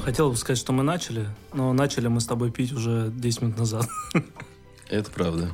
Хотел бы сказать, что мы начали, но начали мы с тобой пить уже 10 минут назад. Это правда.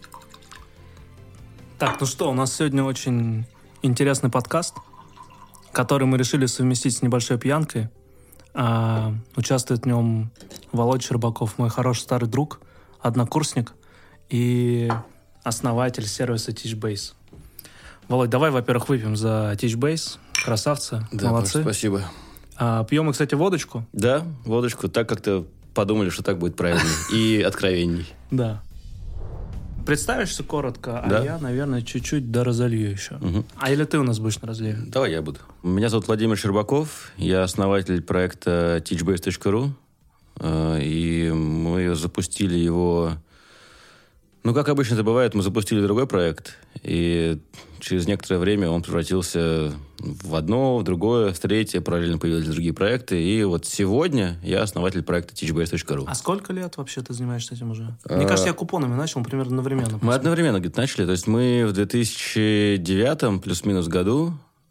Так, ну что, у нас сегодня очень интересный подкаст, который мы решили совместить с небольшой пьянкой. Участвует в нем Володя Щербаков, мой хороший старый друг, однокурсник и основатель сервиса TeachBase. Володь, давай, во-первых, выпьем за TeachBase. Красавцы, да, молодцы. Спасибо. Пьем мы, кстати, водочку. Да, водочку. Так как-то подумали, что так будет правильнее и откровенней. Да. Представишься коротко, Да. А я, наверное, чуть-чуть доразолью еще. Угу. Или ты у нас будешь на разливе? Давай я буду. Меня зовут Владимир Щербаков. Я основатель проекта teachbase.ru. И мы запустили его... Ну, как обычно это бывает, мы запустили другой проект, и через некоторое время он превратился в одно, в другое, в третье, параллельно появились другие проекты, и вот сегодня я основатель проекта teachbase.ru. А сколько лет вообще ты занимаешься этим уже? Мне кажется, я купонами начал примерно одновременно. Мы одновременно где-то начали, то есть мы в 2009 плюс-минус году,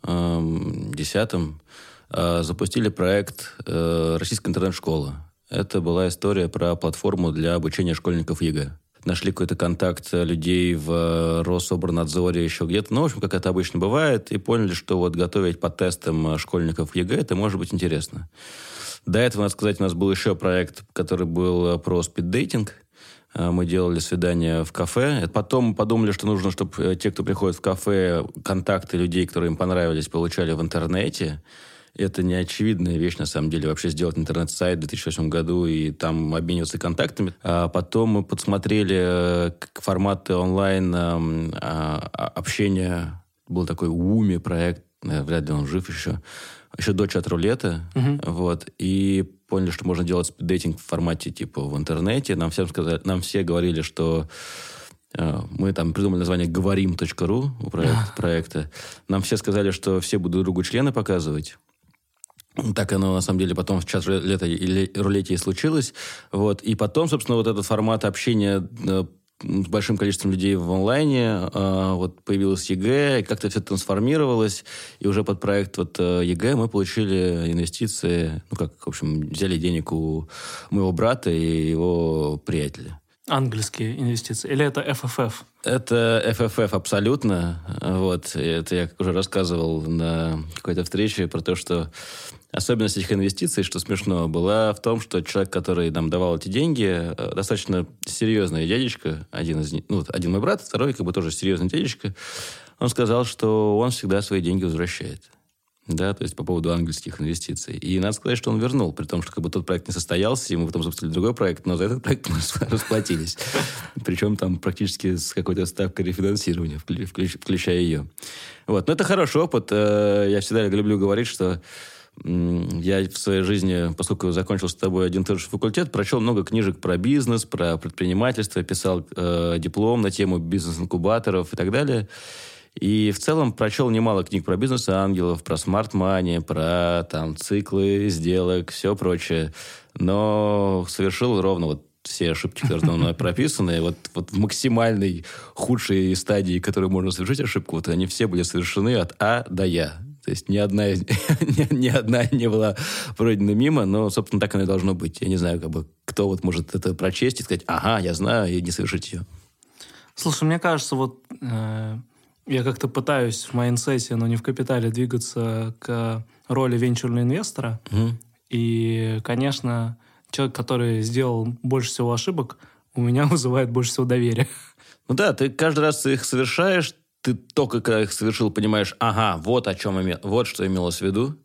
2010, запустили проект «Российская интернет-школа». Это была история про платформу для обучения школьников ЕГЭ. Нашли какой-то контакт людей в Рособорнадзоре, еще где-то. Ну, в общем, как это обычно бывает. И поняли, что вот готовить по тестам школьников ЕГЭ, это может быть интересно. До этого, надо сказать, у нас был еще проект, который был про спиддейтинг. Мы делали свидания в кафе. Потом мы подумали, что нужно, чтобы те, кто приходит в кафе, контакты людей, которые им понравились, получали в интернете. Это не очевидная вещь, на самом деле, вообще сделать интернет-сайт в 2008 году и там обмениваться контактами. А потом мы подсмотрели форматы онлайн общения. Был такой УМИ проект, вряд ли он жив еще до чат-рулета. Вот, и поняли, что можно делать спиддейтинг в формате типа в интернете. Нам все говорили, что... Мы там придумали название «Говорим.ру» у проекта. Нам все сказали, что все будут друг другу члены показывать. Так оно, на самом деле, потом в чат-рулете и случилось. Вот. И потом, собственно, вот этот формат общения с большим количеством людей в онлайне, вот появилось ЕГЭ, и как-то все трансформировалось. И уже под проект вот ЕГЭ мы получили инвестиции, в общем, взяли денег у моего брата и его приятеля. Английские инвестиции. Или это FFF? Это FFF абсолютно. Вот. Это я уже рассказывал на какой-то встрече про то, что особенность этих инвестиций, что смешно, была в том, что человек, который нам давал эти деньги, достаточно серьезный дядечка, один мой брат, второй тоже серьезный дядечка, он сказал, что он всегда свои деньги возвращает. Да, то есть по поводу английских инвестиций. И надо сказать, что он вернул, при том, что тот проект не состоялся, и мы потом запустили другой проект, но за этот проект мы расплатились. Причем там практически с какой-то ставкой рефинансирования, включая ее. Вот. Но это хороший опыт. Я всегда люблю говорить, что я в своей жизни, поскольку закончил с тобой один и тот же факультет, прочел много книжек про бизнес, про предпринимательство, писал диплом на тему бизнес-инкубаторов и так далее. И в целом прочел немало книг про бизнес-ангелов, про смарт-мани, про там, циклы сделок, все прочее. Но совершил ровно вот все ошибки, которые там мной прописаны. Вот в максимальной худшей стадии, которую можно совершить ошибку, вот они все были совершены от А до Я. То есть ни одна не была пройдена мимо, но, собственно, так оно и должно быть. Я не знаю, кто вот может это прочесть и сказать, ага, я знаю, и не совершить ее. Слушай, мне кажется, я как-то пытаюсь в майндсете, но не в капитале, двигаться к роли венчурного инвестора. И, конечно, человек, который сделал больше всего ошибок, у меня вызывает больше всего доверия. Ну да, ты каждый раз их совершаешь, ты только когда их совершил, понимаешь, ага, вот что имелось в виду.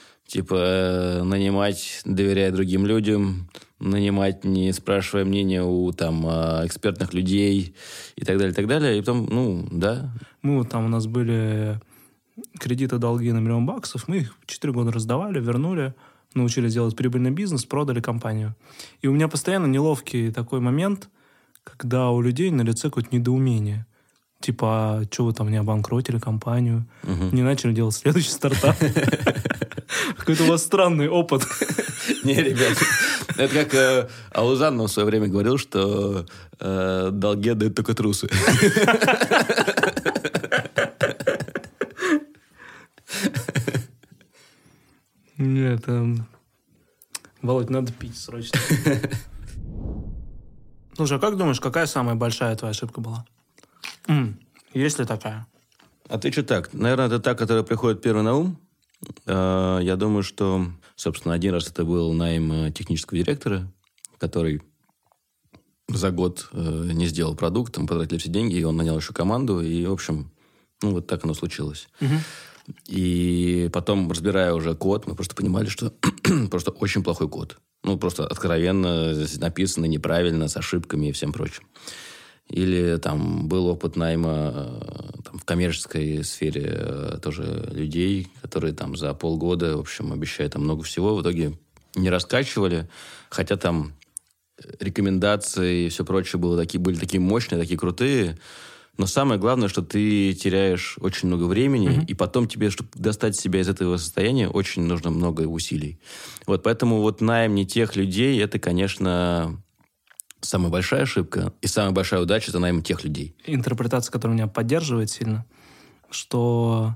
Типа нанимать, доверяя другим людям, нанимать, не спрашивая мнения у экспертных людей и так далее, и так далее. И потом, да. У нас были кредиты, долги на $1 миллион, мы их 4 года раздавали, вернули, научились делать прибыльный бизнес, продали компанию. И у меня постоянно неловкий такой момент, когда у людей на лице какое-то недоумение. Типа, что вы там не обанкротили компанию, не начали делать следующий стартап. Какой-то у вас странный опыт. Не, ребят, это как Алузанов в свое время говорил, что долги отдают только трусы. Нет, Володь, надо пить срочно. Слушай, а как думаешь, какая самая большая твоя ошибка была? Есть ли такая? Отвечу так. Наверное, это та, которая приходит первой на ум. Я думаю, что, собственно, один раз это был найм технического директора, который за год не сделал продукт, мы потратили все деньги, и он нанял еще команду, и, в общем, вот так оно случилось. И потом, разбирая уже код, мы просто понимали, что просто очень плохой код. Просто откровенно написано неправильно, с ошибками и всем прочим. Или там был опыт найма там, в коммерческой сфере тоже людей, которые там за полгода, в общем, обещают там много всего, в итоге не раскачивали, хотя там рекомендации и все прочее были такие мощные, такие крутые. Но самое главное, что ты теряешь очень много времени, и потом тебе, чтобы достать себя из этого состояния, очень нужно много усилий. Вот поэтому вот найм не тех людей, это, конечно, самая большая ошибка. И самая большая удача – это найм тех людей. Интерпретация, которая меня поддерживает сильно, что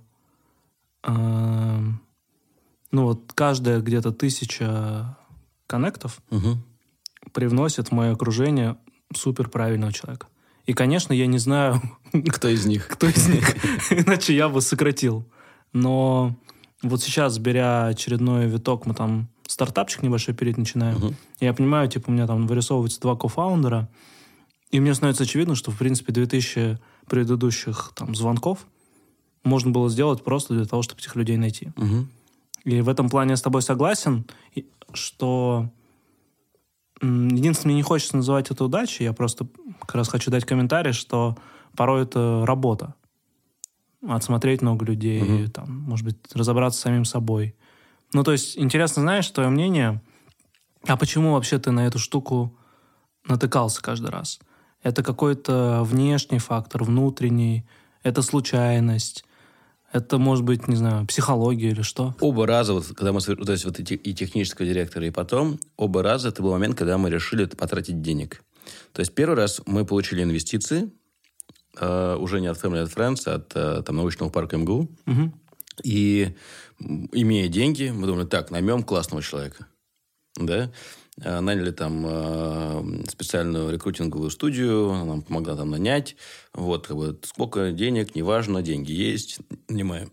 каждая где-то 1000 коннектов привносит в мое окружение супер правильного человека. И, конечно, я не знаю... Кто из них? Кто из них. Иначе я бы сократил. Но вот сейчас, беря очередной виток, мы там стартапчик небольшой пилить начинаем. Я понимаю, у меня там вырисовываются 2 кофаундера, и мне становится очевидно, что, в принципе, 2000 предыдущих там звонков можно было сделать просто для того, чтобы этих людей найти. И в этом плане я с тобой согласен, что... Единственное, мне не хочется называть это удачей, я просто как раз хочу дать комментарий, что порой это работа. Отсмотреть много людей, там, может быть, разобраться с самим собой. То есть, интересно, знаешь, твое мнение, а почему вообще ты на эту штуку натыкался каждый раз? Это какой-то внешний фактор, внутренний, это случайность, это, может быть, не знаю, психология или что? Оба раза, когда мы... То есть, и технического директора, и потом, оба раза это был момент, когда мы решили потратить денег. То есть, первый раз мы получили инвестиции, уже не от Family and Friends, а от научного парка МГУ. И, имея деньги, мы думали, так, наймем классного человека. Да? Наняли там специальную рекрутинговую студию, она нам помогла там нанять. Вот, сколько денег, неважно, деньги есть, нанимаем.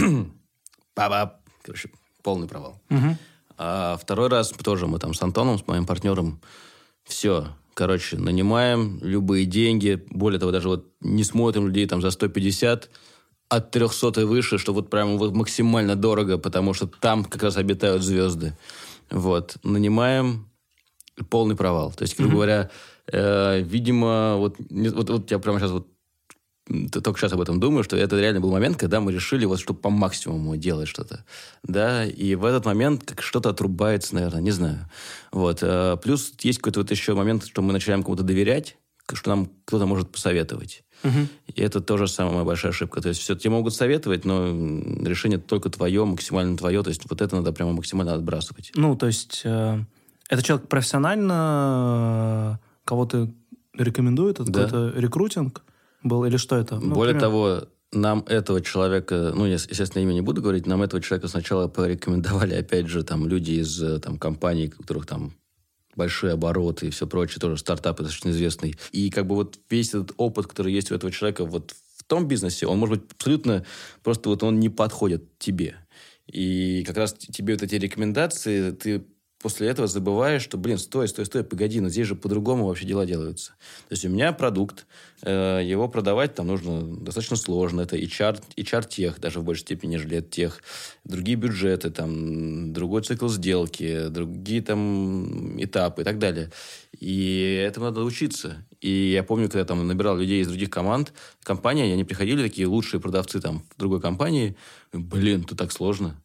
Короче, полный провал. А второй раз тоже мы там с Антоном, с моим партнером, все, нанимаем любые деньги. Более того, даже не смотрим людей там за 150, от 300 и выше, что прям максимально дорого, потому что там как раз обитают звезды. Нанимаем, полный провал. То есть, грубо говоря, видимо, я прямо сейчас только сейчас об этом думаю, что это реально был момент, когда мы решили, чтобы по максимуму делать что-то. Да, и в этот момент как что-то отрубается, наверное, не знаю. Плюс есть какой-то еще момент, что мы начинаем кому-то доверять, что нам кто-то может посоветовать. И это тоже самая большая ошибка. То есть, все тебе могут советовать, но решение только твое, максимально твое. То есть, это надо прямо максимально отбрасывать. То есть, это человек профессионально кого-то рекомендует? Это какой-то рекрутинг был? Или что это? Более того, нам этого человека, я, естественно, имя не буду говорить, нам этого человека сначала порекомендовали, опять же, там, люди из компаний, у которых там большие обороты и все прочее, тоже стартап достаточно известный. И весь этот опыт, который есть у этого человека в том бизнесе, он может быть абсолютно просто он не подходит тебе. И как раз тебе эти рекомендации, ты после этого забываешь, что, стой, погоди, но здесь же по-другому вообще дела делаются. То есть, у меня продукт, его продавать там нужно достаточно сложно. Это HR-тех, даже в большей степени, нежели тех. Другие бюджеты, там, другой цикл сделки, другие там этапы и так далее. И этому надо учиться. И я помню, когда я там набирал людей из других компаний, они приходили, такие лучшие продавцы там в другой компании. Это так сложно.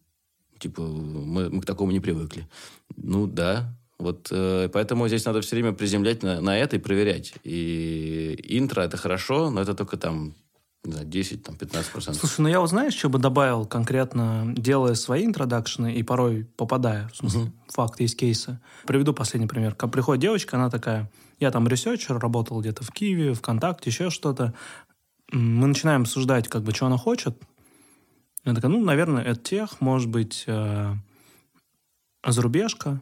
Мы к такому не привыкли. Да. Поэтому здесь надо все время приземлять на это и проверять. И интро – это хорошо, но это только там, 10-15%. Слушай, я знаешь, что бы добавил конкретно, делая свои интродакшены и порой попадая, в смысле, факт, есть кейсы. Приведу последний пример. Когда приходит девочка, она такая, я там ресерчер, работал где-то в Киеве, ВКонтакте, еще что-то. Мы начинаем обсуждать, что она хочет. Я такая, наверное, это тех, может быть, зарубежка.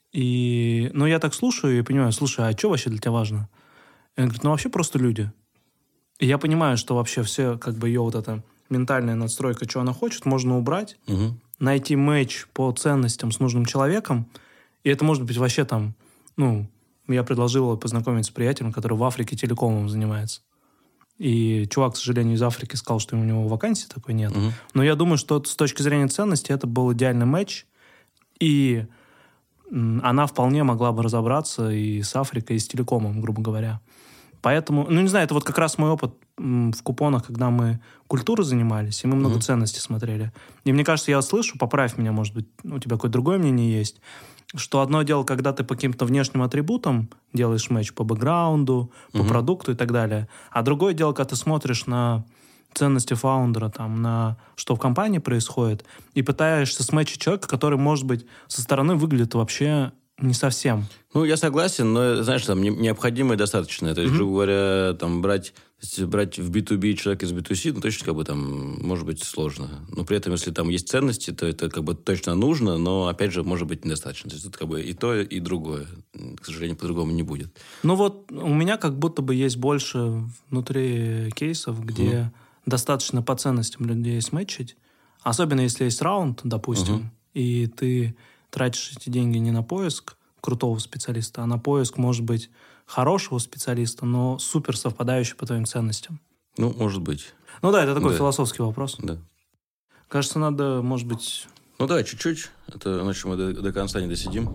Ну, я так слушаю и понимаю, слушай, а что вообще для тебя важно? И он говорит, ну, вообще просто люди. И я понимаю, что вообще все, как бы, ее вот эта ментальная надстройка, что она хочет, можно убрать, найти матч по ценностям с нужным человеком, и это может быть вообще там, я предложил его познакомиться с приятелем, который в Африке телекомом занимается. И чувак, к сожалению, из Африки сказал, что у него вакансии такой нет. Но я думаю, что с точки зрения ценности это был идеальный матч, и она вполне могла бы разобраться и с Африкой, и с телекомом, грубо говоря. Поэтому, не знаю, это вот как раз мой опыт в купонах, когда мы культурой занимались, и мы много ценностей смотрели. И мне кажется, я слышу, поправь меня, может быть, у тебя какое-то другое мнение есть, что одно дело, когда ты по каким-то внешним атрибутам делаешь матч по бэкграунду, по продукту и так далее, а другое дело, когда ты смотришь на ценности фаундера, там, на что в компании происходит, и пытаешься сметчить человека, который, может быть, со стороны выглядит вообще не совсем. Я согласен, но, знаешь, там необходимо и достаточно. То есть, грубо говоря, там брать в B2B человека из B2C, точно как бы там может быть сложно. Но при этом, если там есть ценности, то это как бы точно нужно, но, опять же, может быть недостаточно. То есть, тут как бы и то, и другое. К сожалению, по-другому не будет. У меня как будто бы есть больше внутри кейсов, где достаточно по ценностям людей сметчить. Особенно, если есть раунд, допустим, и ты тратишь эти деньги не на поиск крутого специалиста, а на поиск, может быть, хорошего специалиста, но супер совпадающий по твоим ценностям. Может быть. Да, это такой философский вопрос. Да. Кажется, надо, может быть... Да, чуть-чуть. Это иначе мы до конца не досидим.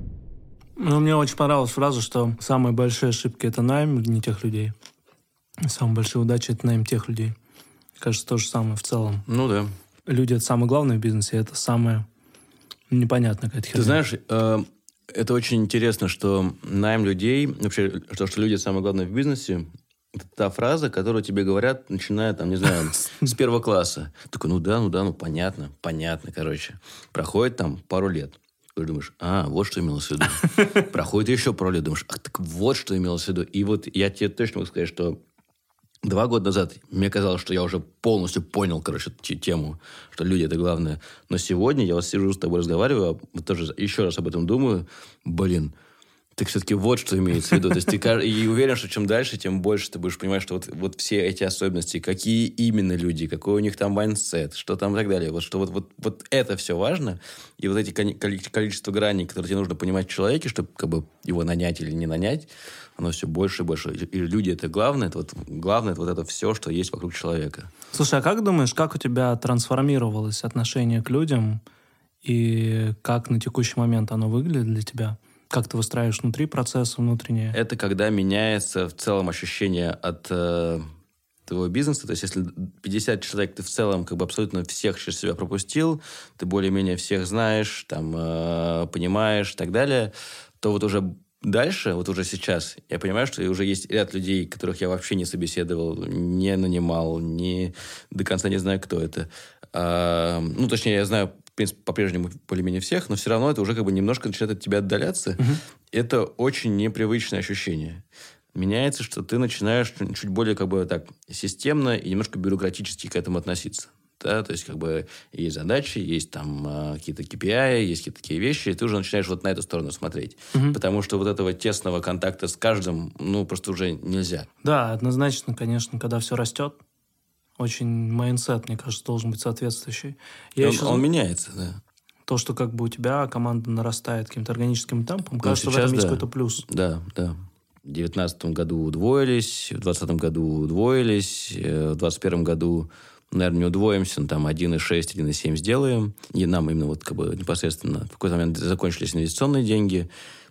Мне очень понравилась фраза, что самые большие ошибки – это найм не тех людей. Самые большие удачи – это найм тех людей. Кажется, то же самое в целом. Да. Люди – это самое главное в бизнесе, это самое непонятное какая-то херня. Ты знаешь, это очень интересно, что найм людей, вообще, что люди самое главное в бизнесе, это та фраза, которую тебе говорят, начиная, там, не знаю, с первого класса. Такой, понятно, короче. Проходит там пару лет. Ты думаешь, вот что имелось в виду. Проходит еще пару лет, думаешь, так вот что имелось в виду. И вот я тебе точно могу сказать, что 2 года назад мне казалось, что я уже полностью понял, тему, что люди – это главное. Но сегодня я сижу с тобой, разговариваю, тоже еще раз об этом думаю. Так все-таки вот что имеется в виду. То есть и уверен, что чем дальше, тем больше ты будешь понимать, что вот все эти особенности, какие именно люди, какой у них там майндсет, что там и так далее. Вот это все важно. И вот эти количество граней, которые тебе нужно понимать в человеке, чтобы как бы его нанять или не нанять, оно все больше и больше. И люди – это главное. Главное – это вот это все, что есть вокруг человека. Слушай, а как думаешь, как у тебя трансформировалось отношение к людям и как на текущий момент оно выглядит для тебя? Как ты выстраиваешь внутри процесса внутреннее? Это когда меняется в целом ощущение от твоего бизнеса. То есть, если 50 человек ты в целом как бы абсолютно всех через себя пропустил, ты более-менее всех знаешь, там, понимаешь и так далее, то вот уже дальше, вот уже сейчас, я понимаю, что уже есть ряд людей, которых я вообще не собеседовал, не нанимал, до конца не знаю, кто это. Точнее, я знаю, в принципе, по-прежнему более-менее всех, но все равно это уже как бы немножко начинает от тебя отдаляться. Это очень непривычное ощущение. Меняется, что ты начинаешь чуть более как бы так системно и немножко бюрократически к этому относиться. Да? То есть, как бы есть задачи, есть там какие-то KPI, есть какие-то такие вещи, и ты уже начинаешь вот на эту сторону смотреть. Потому что вот этого тесного контакта с каждым, просто уже нельзя. Да, однозначно, конечно, когда все растет, очень майндсет, мне кажется, должен быть соответствующий. Он меняется, да. То, что как бы у тебя команда нарастает каким-то органическим темпом, кажется, в этом есть какой-то плюс. Да. В 2019 году удвоились, в 2020 году удвоились, в 2021 году, наверное, не удвоимся, но там 1,6, 1,7 сделаем. И нам именно вот как бы непосредственно в какой-то момент закончились инвестиционные деньги.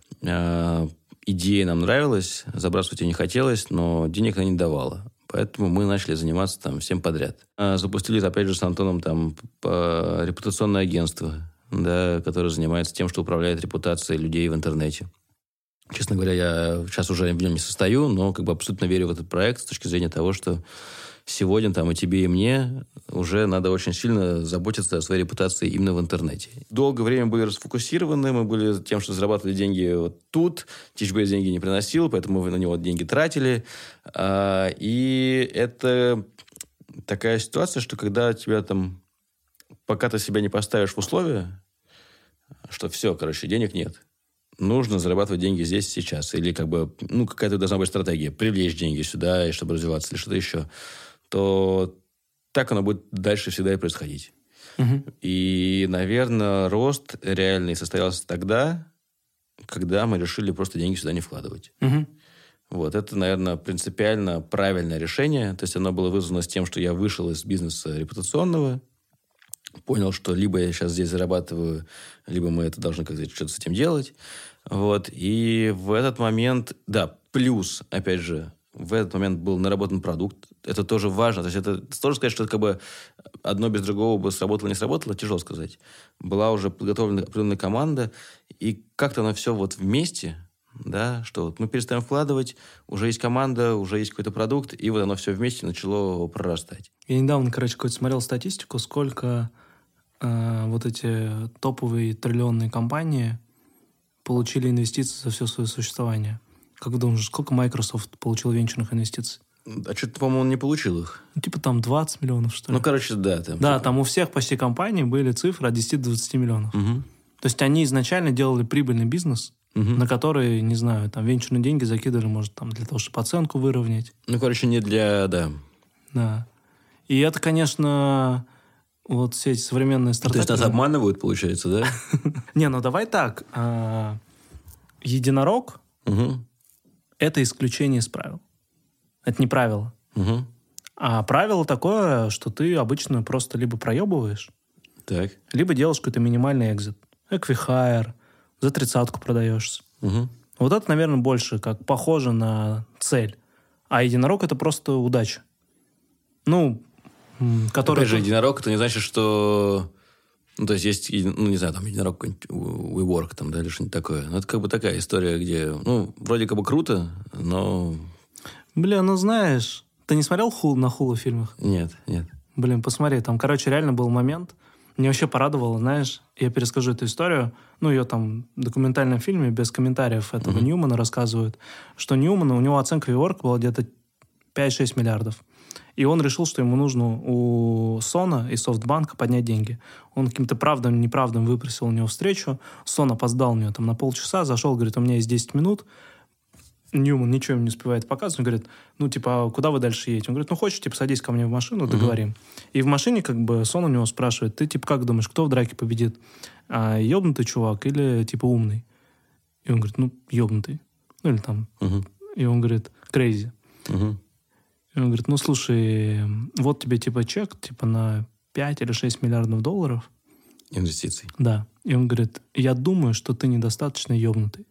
Идея нам нравилась, забрасывать ее не хотелось, но денег она не давала. Поэтому мы начали заниматься там всем подряд. Запустили, опять же, с Антоном там репутационное агентство, да, которое занимается тем, что управляет репутацией людей в интернете. Честно говоря, я сейчас уже в нем не состою, но как бы абсолютно верю в этот проект с точки зрения того, что сегодня там и тебе, и мне уже надо очень сильно заботиться о своей репутации именно в интернете. Долгое время были расфокусированы, мы были тем, что зарабатывали деньги вот тут, TeachBase деньги не приносил, поэтому мы на него деньги тратили. И это такая ситуация, что когда тебя там, пока ты себя не поставишь в условия, что все, короче, денег нет, нужно зарабатывать деньги здесь сейчас. Или как бы, ну, какая-то должна быть стратегия. Привлечь деньги сюда, и чтобы развиваться, или что-то еще. То так оно будет дальше всегда и происходить. И, наверное, рост реальный состоялся тогда, когда мы решили просто деньги сюда не вкладывать. Вот. Это, наверное, принципиально правильное решение. То есть оно было вызвано с тем, что я вышел из бизнеса репутационного, понял, что либо я сейчас здесь зарабатываю, либо мы это должны как-то что-то с этим делать. Вот. И в этот момент, да, плюс, опять же, в этот момент был наработан продукт. Это тоже важно. То есть это сложно сказать, что это как бы одно без другого бы сработало, не сработало. Тяжело сказать. Была уже подготовлена определенная команда, и как-то оно все вот вместе, да, что вот мы перестаем вкладывать, уже есть команда, уже есть какой-то продукт, и вот оно все вместе начало прорастать. Я недавно, какой-то смотрел статистику, сколько вот эти топовые триллионные компании получили инвестиции за все свое существование. Как вы думаете, сколько Microsoft получил венчурных инвестиций? А что-то, по-моему, он не получил их. Ну, типа там 20 миллионов, что ли? Ну, короче, да. Да, там у всех почти компаний были цифры от 10 до 20 миллионов. То есть они изначально делали прибыльный бизнес, на который, не знаю, там венчурные деньги закидывали, может, там для того, чтобы оценку выровнять. Ну, короче, не для... Да. И это, конечно, вот все эти современные стартапы... То есть нас обманывают, получается, да? Не, ну давай так. Единорог — это исключение из правил. Это не правило. А правило такое, что ты обычно просто либо проебываешь, так, либо делаешь какой-то минимальный экзит. Эквихайр, за 30-ку продаешься. Вот это, наверное, больше как похоже на цель. А единорог — это просто удача. Ну, который... Опять же, единорог — это не значит, что... Ну, то есть, ну, не знаю, там, единорог какой-нибудь WeWork, там, да, или что-нибудь такое. Ну, это как бы такая история, где, ну, вроде как бы круто, но... Бля, ну, знаешь, ты не смотрел на Хулу в фильмах? Нет. Блин, посмотри, там, короче, реально был момент. Мне вообще порадовало, знаешь, я перескажу эту историю. Ну, ее там в документальном фильме без комментариев этого Ньюмана рассказывают, что Ньюмана, у него оценка WeWork была где-то 5-6 миллиардов. И он решил, что ему нужно у Сона и Софтбанка поднять деньги. Он каким-то правдам, неправдам выпросил у него встречу. Сон опоздал у него там на полчаса, зашел, говорит, у меня есть 10 минут. Ньюман ничего ему не успевает показывать. Он говорит, ну, типа, а куда вы дальше едете? Он говорит, ну, хочешь, типа, садись ко мне в машину, договорим. И в машине, как бы, Сон у него спрашивает, ты, типа, как думаешь, кто в драке победит? Ёбнутый чувак или, типа, умный? И он говорит, ну, ёбнутый. Ну, или там. И он говорит, crazy. И он говорит, ну, слушай, вот тебе, типа, чек, типа, на 5 или 6 миллиардов долларов. Инвестиций. Да. И он говорит, я думаю, что ты недостаточно ёбнутый.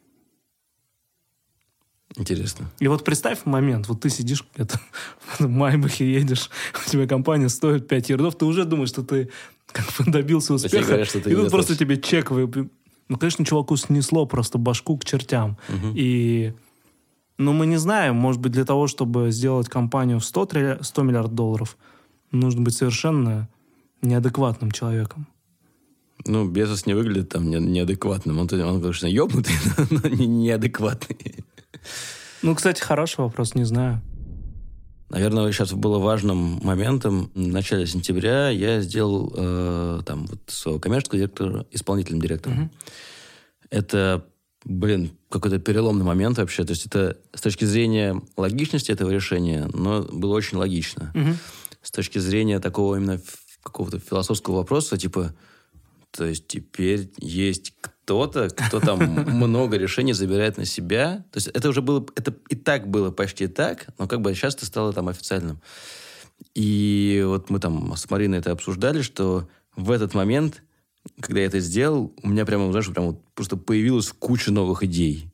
Интересно. И вот представь момент, вот ты сидишь где-то в Майбахе, едешь, у тебя компания стоит 5 ярдов, ты уже думаешь, что ты как бы добился успеха, говорят, что ты и тут просто тебе чек... Ну, конечно, чуваку снесло просто башку к чертям. И, ну, мы не знаем, может быть, для того, чтобы сделать компанию в 100 миллиардов долларов, нужно быть совершенно неадекватным человеком. Ну, Безос не выглядит там неадекватным. Он конечно, ёбнутый, но не неадекватный. Ну, кстати, хороший вопрос, не знаю. Наверное, сейчас было важным моментом. В начале сентября я сделал там вот своего коммерческого директора исполнительным директором. Это, какой-то переломный момент вообще. То есть это с точки зрения логичности этого решения, но было очень логично. С точки зрения такого именно какого-то философского вопроса, типа, то есть теперь есть кто-то, кто там много решений забирает на себя. То есть это уже было, это и так было почти так, но как бы сейчас это стало там официальным. И вот мы там с Мариной это обсуждали, что в этот момент, когда я это сделал, у меня прямо, знаешь, прямо просто появилась куча новых идей.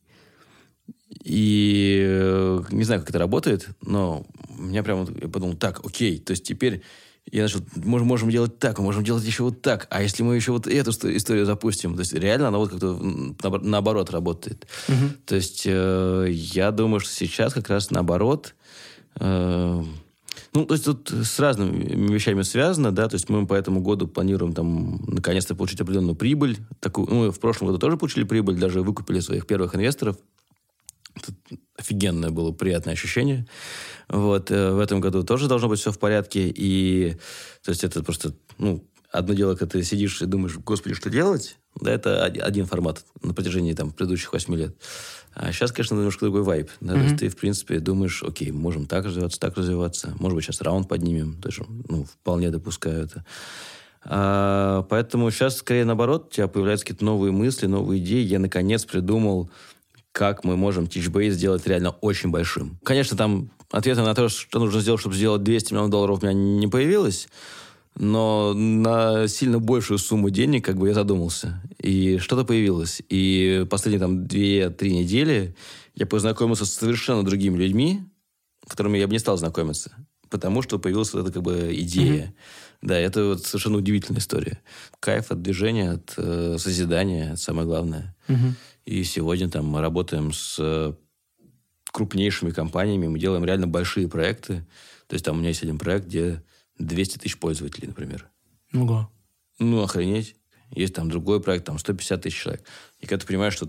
И не знаю, как это работает, но у меня прямо, я подумал, так, окей, то есть теперь я начал, мы можем делать так, мы можем делать еще вот так, а если мы еще вот эту историю запустим, то есть реально она вот как-то наоборот работает. То есть я думаю, что сейчас как раз наоборот. Ну, то есть тут с разными вещами связано, да, то есть мы по этому году планируем там наконец-то получить определенную прибыль. Такую, мы в прошлом году тоже получили прибыль, даже выкупили своих первых инвесторов. Это офигенное было, приятное ощущение. Вот. В этом году тоже должно быть все в порядке. И, то есть, это просто, одно дело, когда ты сидишь и думаешь, господи, что делать? Да, это один формат на протяжении там, предыдущих 8 лет. А сейчас, конечно, немножко другой вайб. Да? То есть ты, в принципе, думаешь, окей, можем так развиваться. Может быть, сейчас раунд поднимем. Тоже, вполне допускаю это. Поэтому сейчас, скорее, наоборот, у тебя появляются какие-то новые мысли, новые идеи. Я, наконец, придумал, как мы можем TeachBase сделать реально очень большим. Конечно, там ответа на то, что нужно сделать, чтобы сделать $200 миллионов, у меня не появилось. Но на сильно большую сумму денег я задумался. И что-то появилось. И последние 2-3 недели я познакомился с совершенно другими людьми, с которыми я бы не стал знакомиться. Потому что появилась эта идея. Да, это совершенно удивительная история. Кайф от движения, от созидания, это самое главное. И сегодня мы работаем с крупнейшими компаниями, мы делаем реально большие проекты. То есть у меня есть один проект, где 200 тысяч пользователей, например. Ого. Охренеть. Есть другой проект, 150 тысяч человек. И когда ты понимаешь, что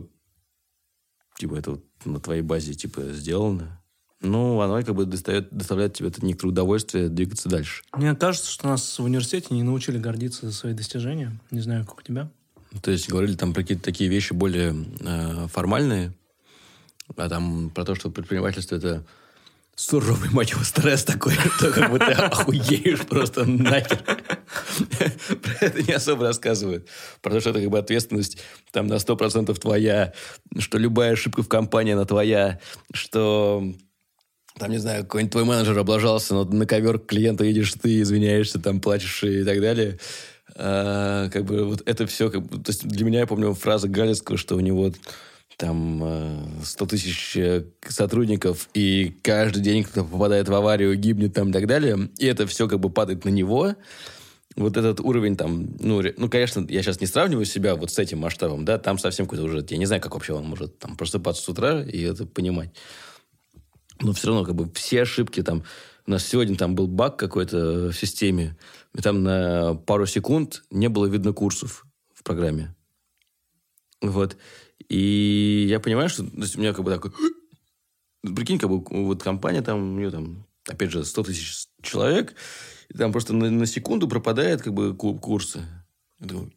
это на твоей базе сделано, оно доставляет тебе это некоторое удовольствие двигаться дальше. Мне кажется, что нас в университете не научили гордиться за свои достижения. Не знаю, как у тебя. То есть говорили про какие-то такие вещи более формальные, а про то, что предпринимательство – это суровый, мать его, стресс такой, что ты охуеешь просто нахер. Про это не особо рассказывают. Про то, что это ответственность на 100% твоя, что любая ошибка в компании, она твоя, что какой-нибудь твой менеджер облажался, но на ковер к клиенту едешь ты, извиняешься, плачешь и так далее. Это все... То есть для меня, я помню, фраза Галицкого, что у него 100 тысяч сотрудников, и каждый день кто-то попадает в аварию, гибнет и так далее. И это все падает на него. Вот этот уровень конечно, я сейчас не сравниваю себя с этим масштабом, да, там совсем какой-то уже... Я не знаю, как вообще он может просыпаться с утра и это понимать. Но все равно все ошибки у нас сегодня был баг какой-то в системе, и на пару секунд не было видно курсов в программе. Вот. И я понимаю, что у меня такой... Прикинь, компания, у нее опять же, 100 тысяч человек, и просто на секунду пропадает курсы. Я думаю,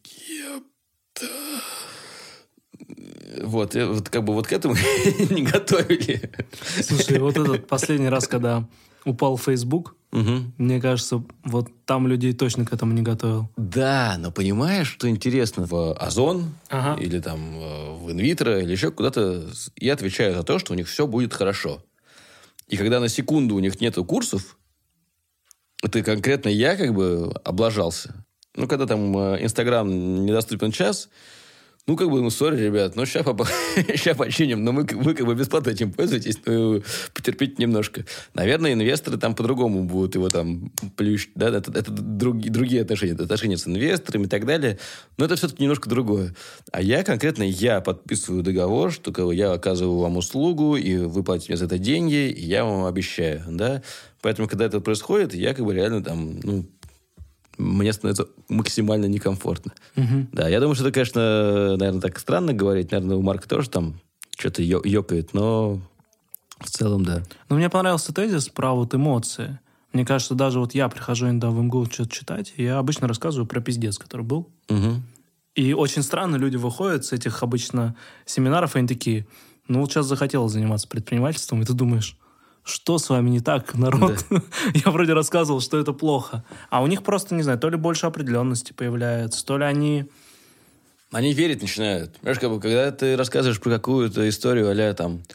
к этому не готовили. Слушай, этот последний раз, когда упал Facebook, мне кажется, там людей точно к этому не готовил. Да, но понимаешь, что интересно? В Озон или в Инвитро или еще куда-то и отвечают за то, что у них все будет хорошо. И когда на секунду у них нету курсов, это конкретно я облажался. Когда Инстаграм недоступен час, сори, ребят, сейчас починим, но вы бесплатно этим пользуетесь, потерпите немножко. Наверное, инвесторы по-другому будут его плющить, да, это другие отношения с инвесторами и так далее, но это все-таки немножко другое. А я подписываю договор, что я оказываю вам услугу, и вы платите мне за это деньги, и я вам обещаю, да. Поэтому, когда это происходит, я реально мне становится максимально некомфортно. Да, я думаю, что это, конечно, наверное, так странно говорить. Наверное, у Марка тоже что-то ёкает, но в целом, да. Но мне понравился тезис про эмоции. Мне кажется, даже я прихожу иногда в МГУ что-то читать, и я обычно рассказываю про пиздец, который был. И очень странно люди выходят с этих обычно семинаров, и они такие, сейчас захотелось заниматься предпринимательством, и ты думаешь... Что с вами не так, народ? Да. Я вроде рассказывал, что это плохо. А у них просто, не знаю, то ли больше определенности появляется, то ли они... Они верить начинают. Понимаешь, когда ты рассказываешь про какую-то историю а-ля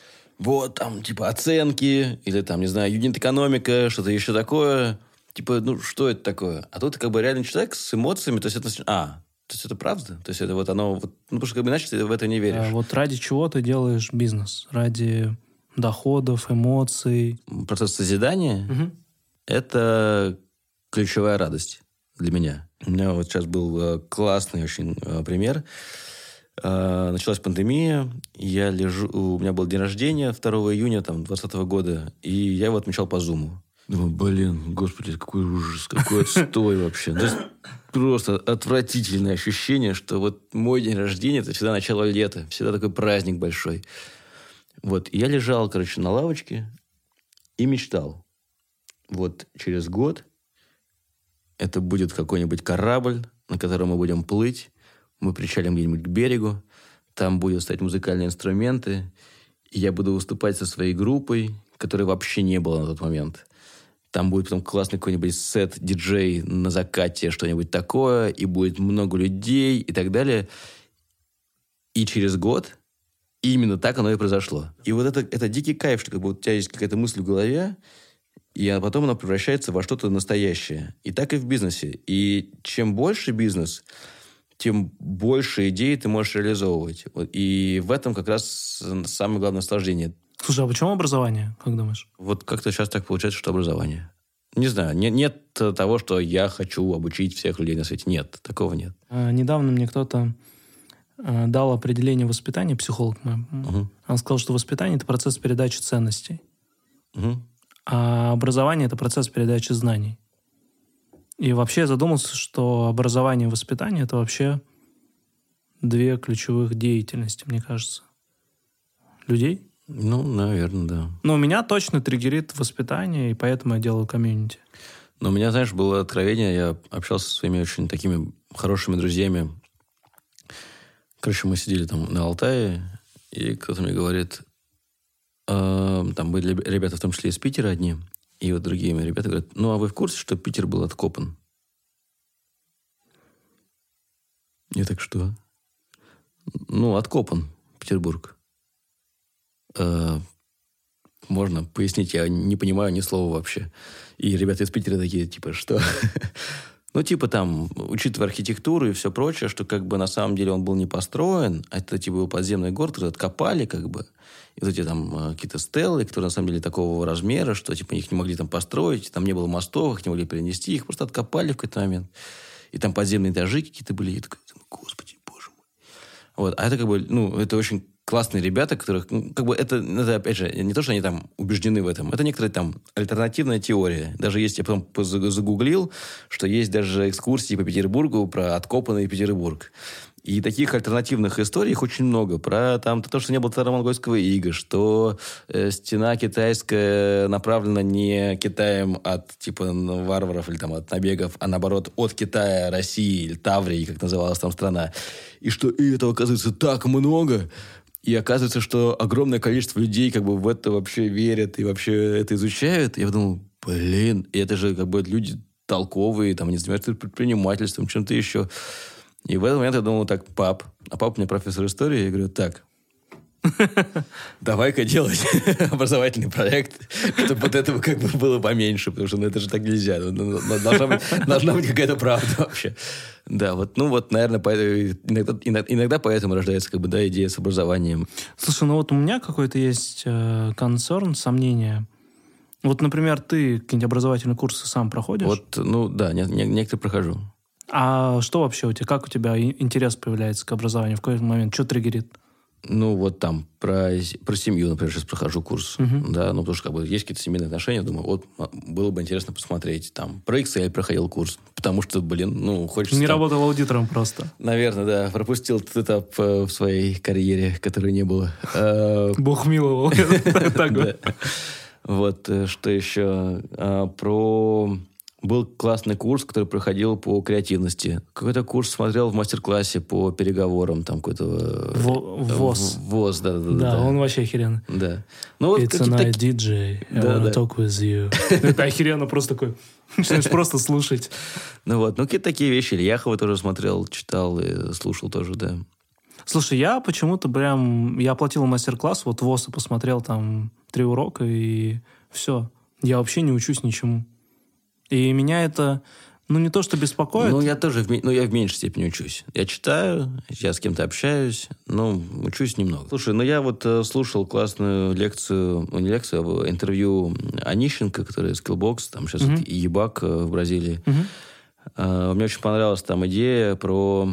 оценки, или не знаю, юнит-экономика, что-то еще такое. Что это такое? А тут реальный человек с эмоциями, то есть это... то есть это правда? То есть это оно... потому что иначе ты в это не веришь. Ради чего ты делаешь бизнес? Ради... доходов, эмоций. Процесс созидания это ключевая радость для меня. У меня сейчас был классный очень пример. Началась пандемия, у меня был день рождения 2 июня 2020 года, и я его отмечал по Zoom. Думаю, господи, какой ужас, какой отстой вообще. Просто отвратительное ощущение, что мой день рождения – это всегда начало лета, всегда такой праздник большой. И я лежал, на лавочке и мечтал. Через год это будет какой-нибудь корабль, на котором мы будем плыть. мы причалим где-нибудь к берегу, там будут стоять музыкальные инструменты, и я буду выступать со своей группой, которой вообще не было на тот момент. Там будет потом классный какой-нибудь сет, диджей на закате, что-нибудь такое, и будет много людей и так далее. И через год именно так оно и произошло. И вот это дикий кайф, что как бы у тебя есть какая-то мысль в голове, и потом она превращается во что-то настоящее. И так и в бизнесе. И чем больше бизнес, тем больше идей ты можешь реализовывать. И в этом как раз самое главное наслаждение. Слушай, а почему образование, как думаешь? Вот как-то сейчас так получается, что образование. Не знаю, нет того, что я хочу обучить всех людей на свете. Нет, такого нет. Недавно мне кто-то дал определение воспитания, психолог мой. Он сказал, что воспитание – это процесс передачи ценностей. А образование – это процесс передачи знаний. И вообще я задумался, что образование и воспитание – это вообще две ключевых деятельности, мне кажется. Людей? Ну, наверное, да. Но меня точно триггерит воспитание, и поэтому я делаю комьюнити. Но у меня, знаешь, было откровение. Я общался со своими очень такими хорошими друзьями. Короче, мы сидели там на Алтае, и кто-то мне говорит... Там были ребята, в том числе из Питера одни, и вот другие мои ребята говорят, ну, а вы в курсе, что Питер был откопан? Я так, что? Ну, откопан Петербург. Можно пояснить? Я не понимаю ни слова вообще. И ребята из Питера такие, типа, что? Ну, типа там, учитывая архитектуру и все прочее, что как бы на самом деле он был не построен, а это типа был подземный город, который откопали как бы. И вот эти там какие-то стелы, которые на самом деле такого размера, что типа их не могли там построить, там не было мостов, их не могли перенести, их просто откопали в какой-то момент. И там подземные этажи какие-то были. Я такой, господи, боже мой. Вот. А это как бы, ну, это очень классные ребята, которых, ну, как бы это, опять же, не то, что они там убеждены в этом, это некоторая там альтернативная теория. Даже есть, я потом загуглил, что есть даже экскурсии по Петербургу про откопанный Петербург. И таких альтернативных историй их очень много. Про там, то, что не было татаро-монгольского ига, что стена китайская направлена не Китаем от типа варваров или там от набегов, а наоборот от Китая, России или Таврии, как называлась там страна. И что и этого оказывается так много. И оказывается, что огромное количество людей как бы в это вообще верят и вообще это изучают. Я подумал, блин, и это же как бы люди толковые, там, они занимаются предпринимательством, чем-то еще. И в этот момент я думал, так, пап. А папа у меня профессор истории. Я говорю, так, давай-ка делать образовательный проект, чтобы вот этого как бы было поменьше, потому что ну, это же так нельзя. Должна быть какая-то правда вообще. Да, вот, ну вот, наверное, иногда поэтому рождается как бы, да, идея с образованием. Слушай, ну вот у меня какой-то есть концерн, сомнение. Вот, например, ты какие-нибудь образовательные курсы сам проходишь? Вот, ну да, некоторые прохожу. А что вообще у тебя? Как у тебя интерес появляется к образованию? В какой момент? Что триггерит? Ну, вот там про семью, например, сейчас прохожу курс. Да, ну, потому что как бы есть какие-то семейные отношения. Думаю, вот было бы интересно посмотреть. Там про Excel проходил курс. Потому что, блин, ну, хочется... Не там... работал аудитором просто. Наверное, да. Пропустил этот этап в своей карьере, которой не было. Бог миловал. Вот, что еще? Был классный курс, который проходил по креативности. Какой-то курс смотрел в мастер-классе по переговорам. Там какой-то... ВОЗ. ВОЗ, да. Да, он вообще охеренный. Да. Ну, вот It's a night DJ. I wanna talk with you. Это охеренно просто такой... Начинаешь просто слушать. Ну вот, ну какие-то такие вещи. Ильяхова тоже смотрел, читал и слушал тоже, да. Слушай, я почему-то прям... Я оплатил мастер-класс, вот ВОЗ и посмотрел там 3 урока, и все. Я вообще не учусь ничему. И меня это, ну, не то что беспокоит. Ну, я тоже, я в меньшей степени учусь. Я читаю, я с кем-то общаюсь, но учусь немного. Слушай, ну, я вот слушал классную лекцию, ну, не лекцию, а интервью Онищенко, который Skillbox, там сейчас ебак в Бразилии. Мне очень понравилась там идея про...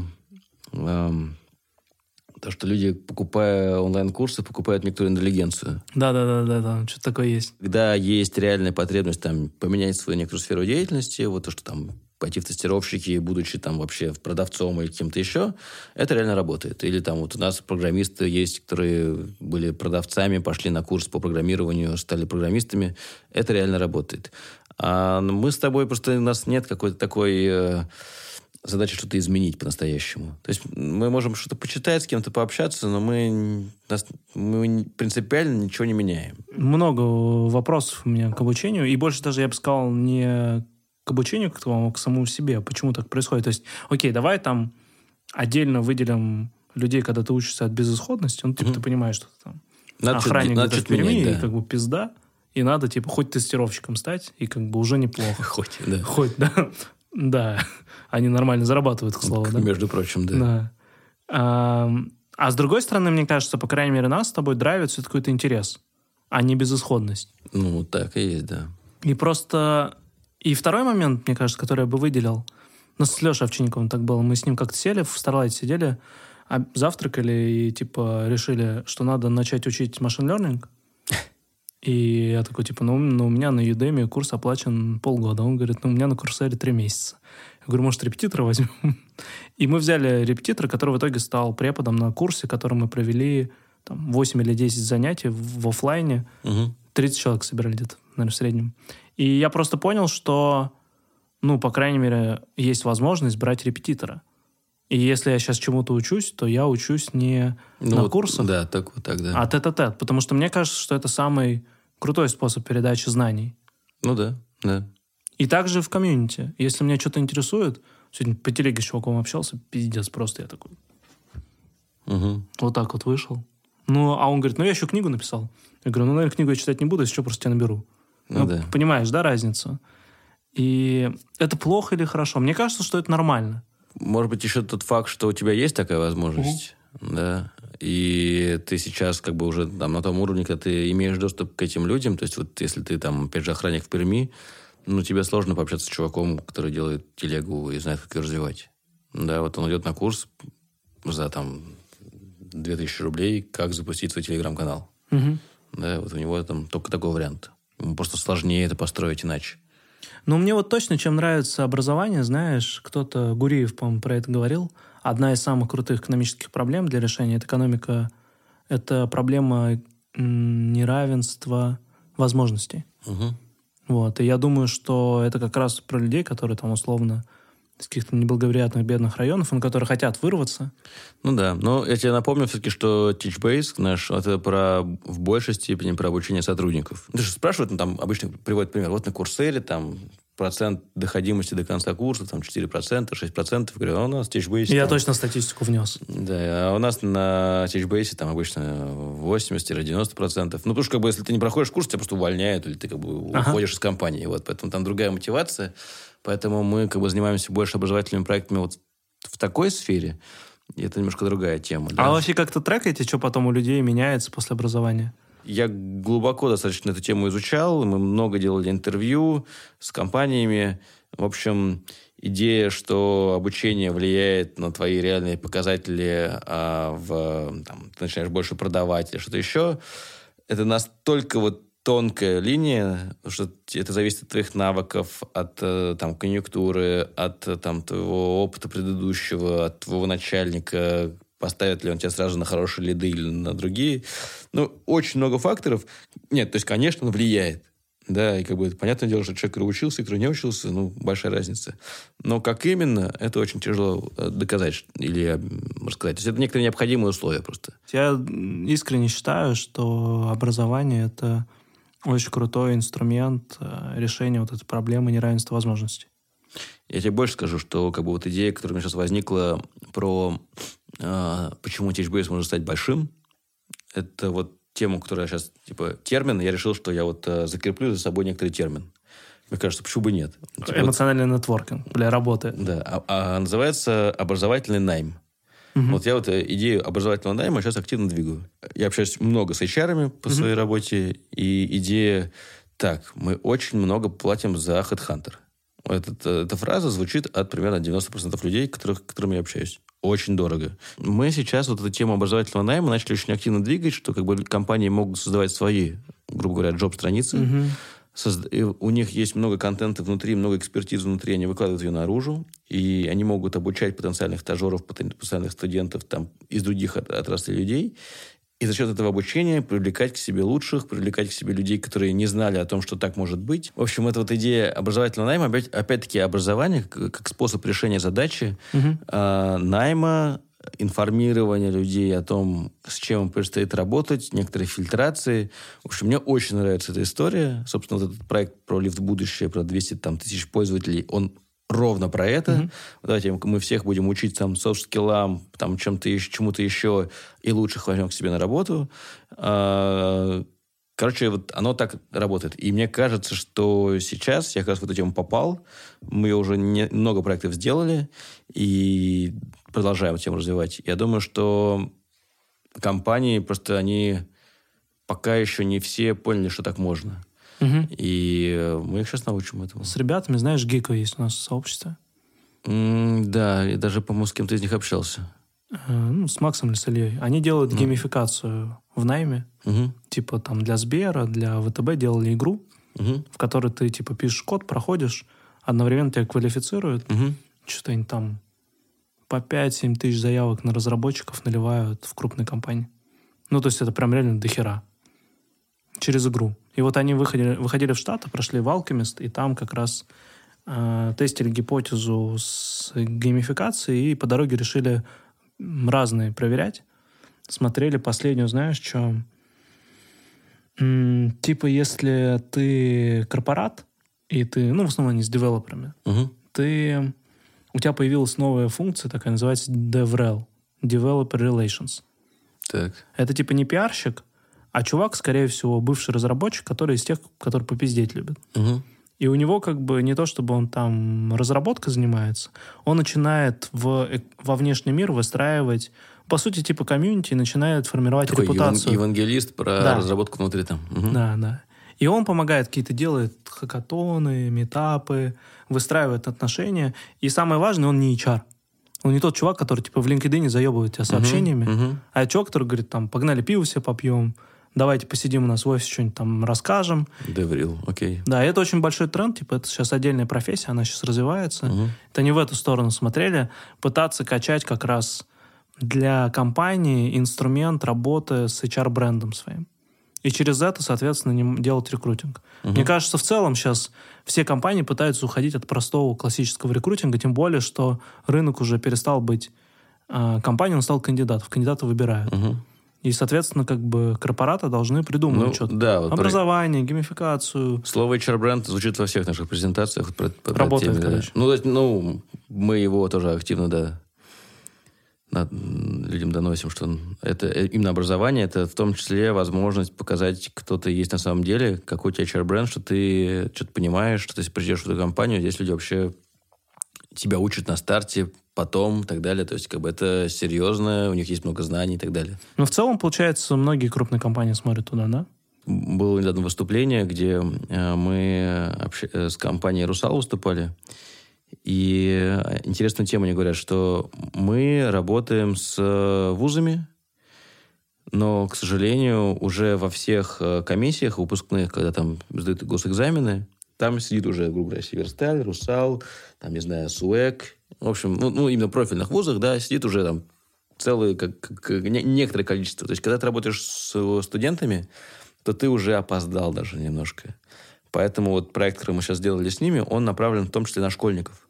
То, что люди, покупая онлайн-курсы, покупают некоторую интеллигенцию. Да, что-то такое есть. Когда есть реальная потребность там, поменять свою некоторую сферу деятельности, вот то, что там пойти в тестировщики, будучи там вообще продавцом или кем-то еще, это реально работает. Или там вот у нас программисты есть, которые были продавцами, пошли на курс по программированию, стали программистами. Это реально работает. А мы с тобой просто... У нас нет какой-то такой... задача что-то изменить по-настоящему. То есть мы можем что-то почитать, с кем-то пообщаться, но мы принципиально ничего не меняем. Много вопросов у меня к обучению. И больше даже, я бы сказал, не к обучению, а к самому себе. Почему так происходит? То есть, окей, давай там отдельно выделим людей, когда ты учишься от безысходности. Ну, типа, ты понимаешь, что ты там охранник где-то в Перми, и как бы пизда. И надо, типа, хоть тестировщиком стать, и как бы уже неплохо. Хоть, да. Хоть, да. Да. Они нормально зарабатывают, к слову, да? Между прочим, да. А с другой стороны, мне кажется, по крайней мере, нас с тобой драйвит все какой-то интерес, а не безысходность. Ну, так и есть, да. И просто... И второй момент, мне кажется, который я бы выделил, с Лешей Овчинниковым так было, мы с ним как-то сели, в Starlight сидели, завтракали и, типа, решили, что надо начать учить машин learning. И я такой, типа, у меня на Udemy курс оплачен полгода. Он говорит, у меня на Курсере 3 месяца. Я говорю, может, репетитора возьмем? И мы взяли репетитора, который в итоге стал преподом на курсе, который мы провели там, 8 или 10 занятий в офлайне. 30 человек собирали где-то, наверное, в среднем. И я просто понял, что, по крайней мере, есть возможность брать репетитора. И если я сейчас чему-то учусь, то я учусь не на курсах, да, так, да. А тет-а-тет. Потому что мне кажется, что это самый крутой способ передачи знаний. Ну да. И также в комьюнити. Если меня что-то интересует, сегодня по телеге с чуваком общался, пиздец просто, я такой. Вот так вот вышел. А он говорит, я еще книгу написал. Я говорю, наверное, книгу я читать не буду, если что, просто тебя наберу. Да. Понимаешь, да, разницу? И это плохо или хорошо? Мне кажется, что это нормально. Может быть, еще тот факт, что у тебя есть такая возможность, да, и ты сейчас как бы уже там на том уровне, когда ты имеешь доступ к этим людям, то есть вот если ты там, опять же, охранник в Перми, тебе сложно пообщаться с чуваком, который делает телегу и знает, как ее развивать. Да, вот он идет на курс за там 2000 рублей, как запустить свой телеграм-канал. Да, вот у него там только такой вариант. Ему просто сложнее это построить иначе. Мне вот точно, чем нравится образование, знаешь, кто-то, Гуриев, по-моему, про это говорил, одна из самых крутых экономических проблем для решения экономика – это проблема неравенства возможностей. Вот. И я думаю, что это как раз про людей, которые там условно из каких-то неблагоприятных бедных районов, которые хотят вырваться. Да. Но я тебе напомню все-таки, что Teachbase наш, это в большей степени про обучение сотрудников. Ты же спрашивают, там обычно приводят пример. Вот на Курсере там процент доходимости до конца курса, там 4%, 6%. Говорю, у нас Teachbase... Я точно статистику внес. Да, а у нас на Teachbase там обычно 80-90%. Потому что если ты не проходишь курс, тебя просто увольняют, или ты уходишь из компании. Вот, поэтому там другая мотивация. Поэтому мы занимаемся больше образовательными проектами вот в такой сфере. И это немножко другая тема. Да? А вообще как-то трекаете, что потом у людей меняется после образования? Я глубоко достаточно эту тему изучал. Мы много делали интервью с компаниями. В общем, идея, что обучение влияет на твои реальные показатели, ты начинаешь больше продавать или что-то еще, это настолько тонкая линия, что это зависит от твоих навыков, от конъюнктуры, от твоего опыта предыдущего, от твоего начальника, поставит ли он тебя сразу на хорошие лиды или на другие. Очень много факторов. Нет, то есть, конечно, он влияет. Да, и понятное дело, что человек, который учился, и который не учился, большая разница. Но как именно, это очень тяжело доказать или рассказать. То есть, это некоторые необходимые условия просто. Я искренне считаю, что образование – это очень крутой инструмент решения этой проблемы неравенства возможностей. Я тебе больше скажу, что идея, которая у меня сейчас возникла про почему Teachbase может стать большим, это тему, которая сейчас, термин, я решил, что я закреплю за собой некоторый термин. Мне кажется, почему бы нет? Эмоциональный нетворкинг для работы. Да, называется образовательный найм. Вот я идею образовательного найма сейчас активно двигаю. Я общаюсь много с HR-ами по своей работе, и идея мы очень много платим за HeadHunter. Эта фраза звучит от примерно 90% людей, с которыми я общаюсь. Очень дорого. Мы сейчас эту тему образовательного найма начали очень активно двигать, что компании могут создавать свои, грубо говоря, джоб-страницы. У них есть много контента внутри, много экспертизы внутри, они выкладывают ее наружу, и они могут обучать потенциальных стажеров, потенциальных студентов из других отраслей людей. и за счет этого обучения привлекать к себе лучших, привлекать к себе людей, которые не знали о том, что так может быть. В общем, это вот идея образовательного найма, опять-таки образование как способ решения задачи найма, информирования людей о том, с чем им предстоит работать, некоторые фильтрации. В общем, мне очень нравится эта история. Собственно, вот этот проект про лифт в будущее, про 200 тысяч пользователей, он ровно про это. Давайте мы всех будем учить там софт-скиллам, там чему-то еще, и лучших возьмем к себе на работу. Короче, вот оно так работает. И мне кажется, что сейчас я как раз в эту тему попал. Мы уже много проектов сделали и продолжаем эту тему развивать. Я думаю, что компании просто они пока еще не все поняли, что так можно. И мы их сейчас научим этому. С ребятами, знаешь, Гико есть у нас в сообществе. Да, и даже, по-моему, с кем-то из них общался. С Максом или с Ильей. Они делают геймификацию в найме. Типа там для Сбера, для ВТБ делали игру, в которой ты типа пишешь код, проходишь, одновременно тебя квалифицируют. Что-то они там по 5-7 тысяч заявок на разработчиков наливают в крупной компании. То есть это прям реально дохера. Через игру. И вот они выходили в Штаты, прошли в Alchemist, и там как раз тестили гипотезу с геймификацией, и по дороге решили разные проверять. Смотрели последнюю, знаешь, что? Типа, если ты корпорат, и ты, в основном они с девелоперами, у тебя появилась новая функция, такая называется DevRel, Developer Relations. Так. Это типа не пиарщик, а чувак, скорее всего, бывший разработчик, который из тех, которые попиздеть любят. И у него как бы не то, чтобы он там разработкой занимается, он начинает во внешний мир выстраивать, по сути, типа комьюнити, и начинает формировать такой репутацию. Евангелист про разработку внутри там. Да. И он помогает, какие-то делает хакатоны, митапы, выстраивает отношения. И самое важное, он не HR. Он не тот чувак, который типа в LinkedIn заебывает тебя сообщениями, а это чувак, который говорит, там, погнали пиво себе попьем, давайте посидим у нас в офисе, что-нибудь там расскажем. DevRel, окей. Да, и это очень большой тренд, типа это сейчас отдельная профессия, она сейчас развивается. Это не в эту сторону смотрели, пытаться качать как раз для компании инструмент работы с HR-брендом своим. И через это, соответственно, делать рекрутинг. Мне кажется, в целом сейчас все компании пытаются уходить от простого классического рекрутинга, тем более, что рынок уже перестал быть компанией, он стал кандидатом. Кандидаты выбирают. И, соответственно, как бы корпораты должны придумывать что-то. Да, вот образование, геймификацию. Слово HR-бренд звучит во всех наших презентациях. Работает, короче. Мы его тоже активно, людям доносим, что это именно образование, это в том числе возможность показать, кто ты есть на самом деле, какой у тебя HR-бренд, что ты что-то понимаешь, что ты придешь в эту компанию, здесь люди вообще тебя учат на старте, потом и так далее. То есть, как бы это серьезно, у них есть много знаний и так далее. В целом, получается, многие крупные компании смотрят туда, да? Было недавно выступление, где мы с компанией «Русал» выступали. И интересную тему они говорят, что мы работаем с вузами, но, к сожалению, уже во всех комиссиях выпускных, когда там сдают госэкзамены, там сидит уже, грубо говоря, Северсталь, Русал, там, не знаю, СУЭК. В общем, именно в профильных вузах, да, сидит уже там целое, некоторое количество. То есть, когда ты работаешь с студентами, то ты уже опоздал даже немножко. Поэтому вот проект, который мы сейчас сделали с ними, он направлен в том числе на школьников.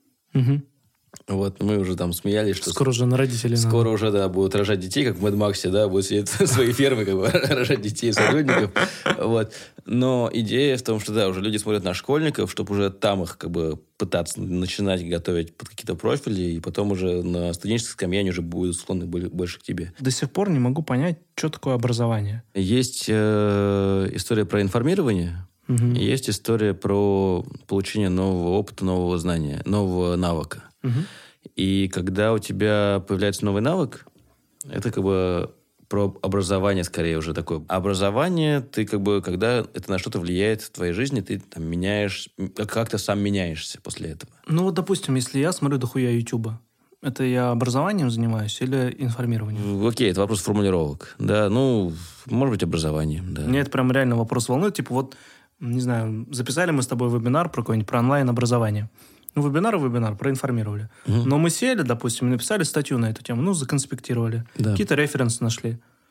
Вот мы уже там смеялись, что... Скоро уже на родителей скоро уже, да, будут рожать детей, как в Мэд Максе, да, будут сидеть в своей ферме, как бы, рожать детей, сотрудников. Вот. Но идея в том, что, да, уже люди смотрят на школьников, чтобы уже там их, как бы, пытаться начинать готовить под какие-то профили, и потом уже на студенческой скамье они уже будут склонны больше к тебе. До сих пор не могу понять, что такое образование. Есть история про информирование, и есть история про получение нового опыта, нового знания, нового навыка. И когда у тебя появляется новый навык, это как бы про образование скорее уже такое. Образование, ты как бы, когда это на что-то влияет в твоей жизни, ты там меняешь, как-то сам меняешься после этого. Вот, допустим, если я смотрю дохуя Ютуба, это я образованием занимаюсь или информированием? Окей, это вопрос формулировок. Да, может быть, образованием, да. Мне это прям реально вопрос волнует. Типа вот, не знаю, записали мы с тобой вебинар про какое-нибудь, про онлайн-образование. Вебинар проинформировали. Но мы сели, допустим, написали статью на эту тему, законспектировали. Да. Какие-то референсы нашли.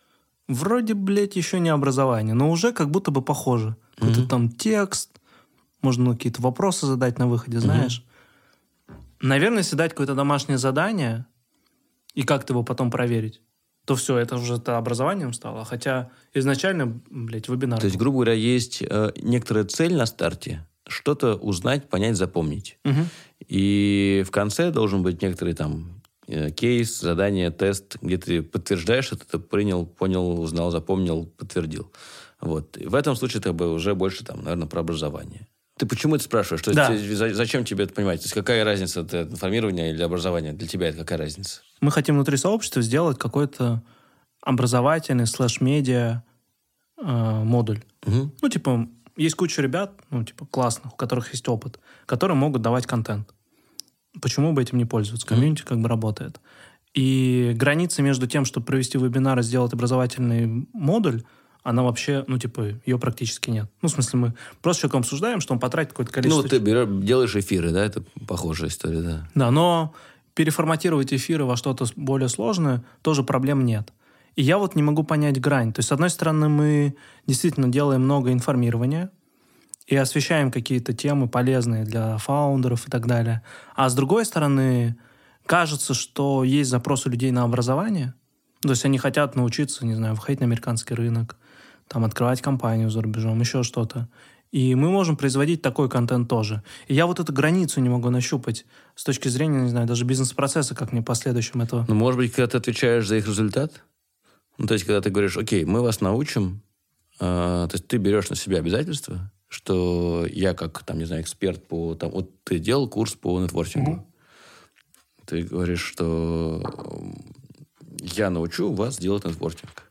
Вроде, блядь, еще не образование, но уже как будто бы похоже. Какой-то там текст, можно какие-то вопросы задать на выходе, знаешь. Наверное, если дать какое-то домашнее задание, и как-то его потом проверить, то все, это уже образованием стало. Хотя изначально, блядь, вебинар. То есть, грубо говоря, есть некоторая цель на старте, что-то узнать, понять, запомнить. И в конце должен быть некоторый там кейс, задание, тест, где ты подтверждаешь, что ты принял, понял, узнал, запомнил, подтвердил. Вот. И в этом случае это уже больше, там, наверное, про образование. Ты почему это спрашиваешь? То есть, зачем тебе это понимать? То есть, какая разница, это информирование или образование? Для тебя это какая разница? Мы хотим внутри сообщества сделать какой-то образовательный /медиа модуль. Ну, типа, есть куча ребят, ну, типа, классных, у которых есть опыт, которые могут давать контент. Почему бы этим не пользоваться? Комьюнити как бы работает. И граница между тем, чтобы провести вебинар и сделать образовательный модуль, она вообще, ну, типа, ее практически нет. Ну, в смысле, мы просто с человеком обсуждаем, что он потратит какое-то количество... Ну, ты делаешь эфиры, да? Это похожая история, да? Да, но переформатировать эфиры во что-то более сложное тоже проблем нет. И я вот не могу понять грань. То есть, с одной стороны, мы действительно делаем много информирования и освещаем какие-то темы полезные для фаундеров и так далее. А с другой стороны, кажется, что есть запросы людей на образование. То есть они хотят научиться, не знаю, выходить на американский рынок, там, открывать компанию за рубежом, еще что-то. И мы можем производить такой контент тоже. И я вот эту границу не могу нащупать с точки зрения, не знаю, даже бизнес-процесса, как мне последующим этого... Ну, может быть, когда ты отвечаешь за их результат? Ну, то есть, когда ты говоришь, окей, мы вас научим, то есть ты берешь на себя обязательства, что я как, там, не знаю, эксперт по... Там, вот ты делал курс по нетворкингу. Ты говоришь, что я научу вас делать нетворкинг.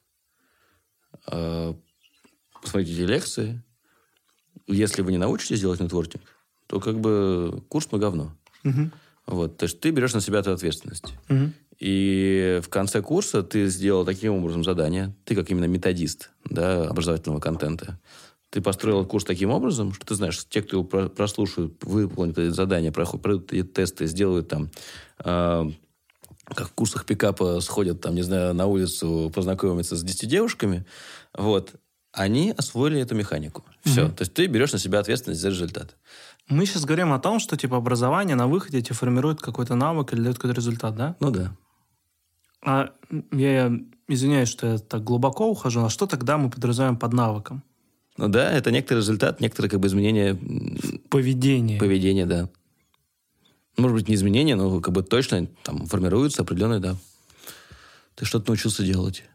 Посмотрите лекции. Если вы не научитесь делать нетворкинг, то как бы курс на говно. Вот. То есть ты берешь на себя эту ответственность. И в конце курса ты сделал таким образом задание, ты как именно методист, да, образовательного контента, ты построил курс таким образом, что ты знаешь, те, кто его прослушают, выполнят это задание, пройдут эти тесты, сделают там, как в курсах пикапа сходят, там, не знаю, на улицу, познакомиться с 10 девушками, вот, они освоили эту механику. Все. То есть ты берешь на себя ответственность за результат. Мы сейчас говорим о том, что типа образование на выходе тебе формирует какой-то навык или дает какой-то результат, да? Ну да. А я извиняюсь, что я так глубоко ухожу, а что тогда мы подразумеваем под навыком? Ну да, это некоторый результат, некоторое как бы изменение... Поведения. Поведения, да. Может быть, не изменения, но как бы точно там формируется определенное, да. Ты что-то научился делать.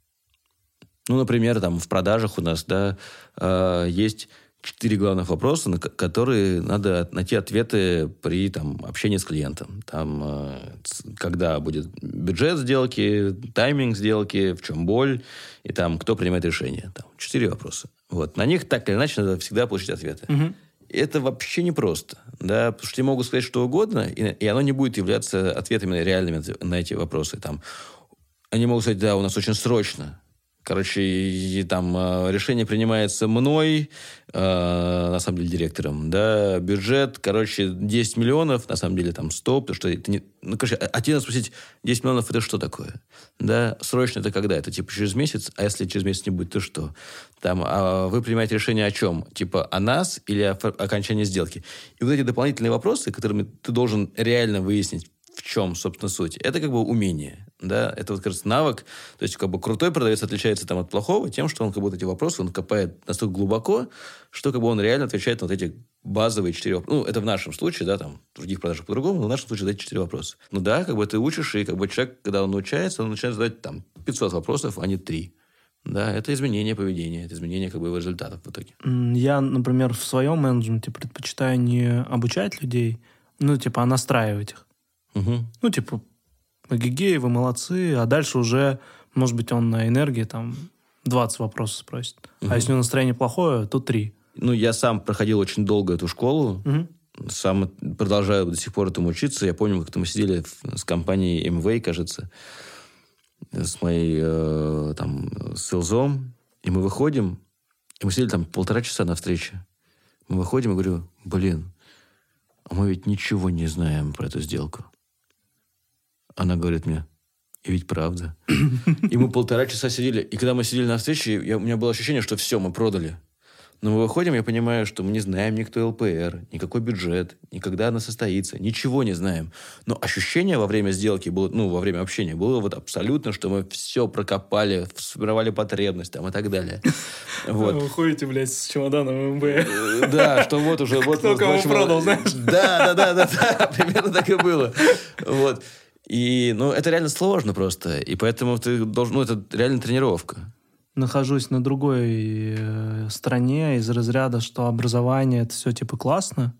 Ну, например, там в продажах у нас, да, есть 4 главных вопроса, на которые надо найти ответы при там, общении с клиентом. Там, когда будет бюджет сделки, тайминг сделки, в чем боль, и там, кто принимает решение. Там 4 вопроса. Вот. На них так или иначе надо всегда получить ответы. И это вообще непросто. Да? Потому что тебе могут сказать что угодно, и оно не будет являться ответами реальными на эти вопросы. Там, они могут сказать, да, у нас очень срочно. Короче, и там решение принимается мной, на самом деле, директором. Да, бюджет, короче, 10 миллионов, на самом деле, там, 100, потому что это не... Ну, короче, а тебе надо спросить, 10 миллионов, это что такое? Да, срочно это когда? Это, типа, через месяц? А если через месяц не будет, то что? Там, а вы принимаете решение о чем? Типа, о нас или о окончании сделки? И вот эти дополнительные вопросы, которыми ты должен реально выяснить, в чем, собственно, суть. Это как бы умение. Да? Это вот, кажется, навык. То есть, как бы крутой продавец отличается там от плохого тем, что он как бы эти вопросы, он копает настолько глубоко, что как бы он реально отвечает на вот эти базовые 4 вопроса. Ну, это в нашем случае, да, там, в других продажах по-другому, но в нашем случае эти 4 вопроса. Ну да, как бы ты учишь, и как бы человек, когда он научается, он начинает задать там 500 вопросов, а не 3. Да, это изменение поведения, это изменение как бы его результатов в итоге. Я, например, в своем менеджменте предпочитаю не обучать людей, ну, типа, а настраивать их. Ну, типа, эгегей, вы молодцы, а дальше уже, может быть, он на энергии там 20 вопросов спросит. А если у него настроение плохое, то 3. Ну, я сам проходил очень долго эту школу, сам продолжаю до сих пор этому учиться. Я помню, как-то мы сидели с компанией MV, кажется, с моей там селзом, и мы выходим, и мы сидели там 1,5 часа на встрече. Мы выходим, и говорю, блин, а мы ведь ничего не знаем про эту сделку. Она говорит мне, И ведь правда. И мы 1,5 часа сидели. И когда мы сидели на встрече, у меня было ощущение, что все, мы продали. Но мы выходим, я понимаю, что мы не знаем никто ЛПР, никакой бюджет, никогда она состоится, ничего не знаем. Но ощущение во время сделки было, во время общения было вот абсолютно, что мы все прокопали, сформировали потребность там и так далее. Вот. Вы ходите, блядь, с чемоданом МБ. Да, что вот уже... Кто кого продал, знаешь? Да, примерно так и было. Вот. И, это реально сложно просто. И поэтому ты должен... это реально тренировка. Нахожусь на другой стороне из разряда, что образование — это все типа классно.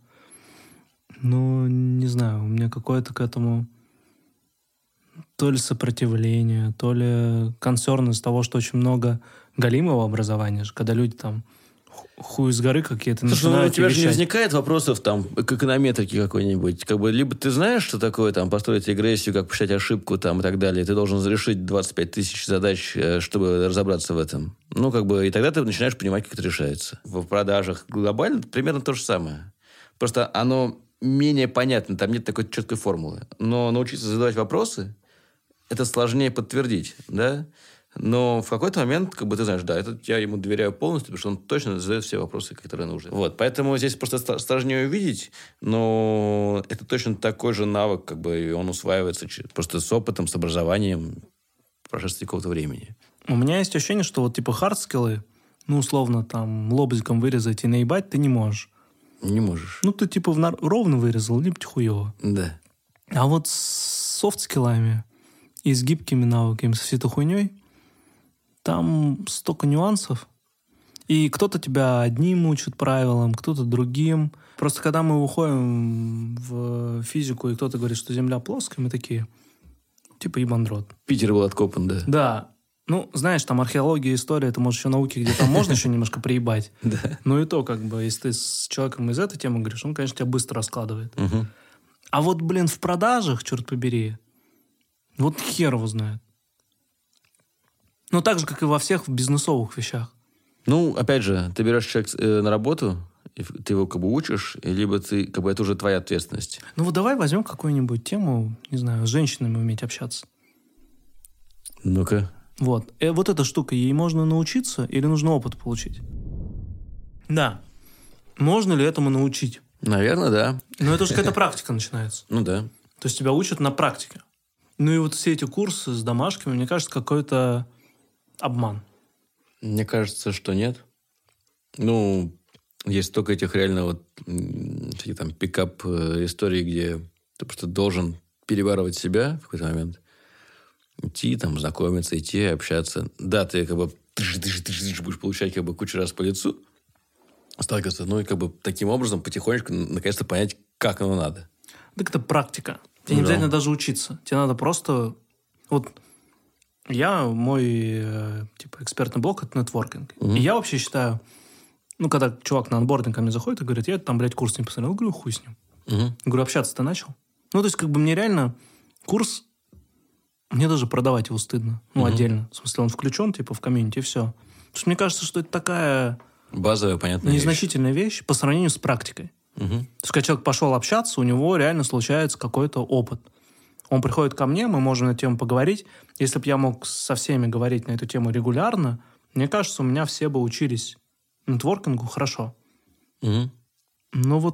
Но не знаю, у меня какое-то к этому то ли сопротивление, то ли консерн из того, что очень много галимого образования, когда люди там хуй с горы какие-то начинают у тебя вещать. же не возникает вопросов там к эконометрике какой-нибудь. Либо ты знаешь, что такое там построить регрессию, как посчитать ошибку там и так далее. Ты должен решить 25 тысяч задач, чтобы разобраться в этом. И тогда ты начинаешь понимать, как это решается. В продажах глобально примерно то же самое. Просто оно менее понятно, там нет такой четкой формулы. Но научиться задавать вопросы, это сложнее подтвердить, да? Но в какой-то момент, ты знаешь, да, это я ему доверяю полностью, потому что он точно задает все вопросы, которые нужны. Вот, поэтому здесь просто сложнее увидеть, но это точно такой же навык, и он усваивается просто с опытом, с образованием в прошествии какого-то времени. У меня есть ощущение, что хардскиллы, условно, там, лобзиком вырезать и наебать ты не можешь. Не можешь. Ты, ровно вырезал, либо хуёво. Да. А вот с софт-скиллами и с гибкими навыками, со всей этой хуйней, там столько нюансов. И кто-то тебя одним учит правилам, кто-то другим. Просто когда мы уходим в физику, и кто-то говорит, что Земля плоская, мы такие, ебандрот. Питер был откопан, да. Да. Знаешь, там археология, история, это, может, еще науки, где там можно еще немножко приебать. Да. Но и то, если ты с человеком из этой темы говоришь, он, конечно, тебя быстро раскладывает. Угу. А вот, в продажах, черт побери, хер его знает. Так же, как и во всех бизнесовых вещах. Опять же, ты берешь человека на работу, и ты его учишь, либо ты, это уже твоя ответственность. Давай возьмем какую-нибудь тему, не знаю, с женщинами уметь общаться. Ну-ка. Вот эта штука, ей можно научиться или нужно опыт получить? Да. Можно ли этому научить? Наверное, да. Но это уже какая-то практика начинается. Да. То есть тебя учат на практике. И все эти курсы с домашками, мне кажется, какой-то обман. Мне кажется, что нет. Есть только этих реально такие там пикап истории, где ты просто должен перебарывать себя в какой-то момент. Идти, там, знакомиться, идти, общаться. Да, ты будешь получать кучу раз по лицу, сталкиваться, таким образом потихонечку наконец-то понять, как оно надо. Так это практика. Тебе не обязательно даже учиться. Тебе надо просто... мой экспертный блок — это нетворкинг. Угу. И я вообще считаю, когда чувак на онбординг ко мне заходит и говорит, я там, курс не посмотрел, я говорю, хуй с ним. Угу. Говорю, общаться ты начал? То есть, мне реально курс, мне даже продавать его стыдно. Отдельно. В смысле, он включен, в комьюнити, и все. Потому что мне кажется, что это такая... базовая, понятная незначительная вещь по сравнению с практикой. Угу. То есть, когда человек пошел общаться, у него реально случается какой-то опыт. Он приходит ко мне, мы можем на эту тему поговорить. Если бы я мог со всеми говорить на эту тему регулярно, мне кажется, у меня все бы учились нетворкингу хорошо. Угу. Но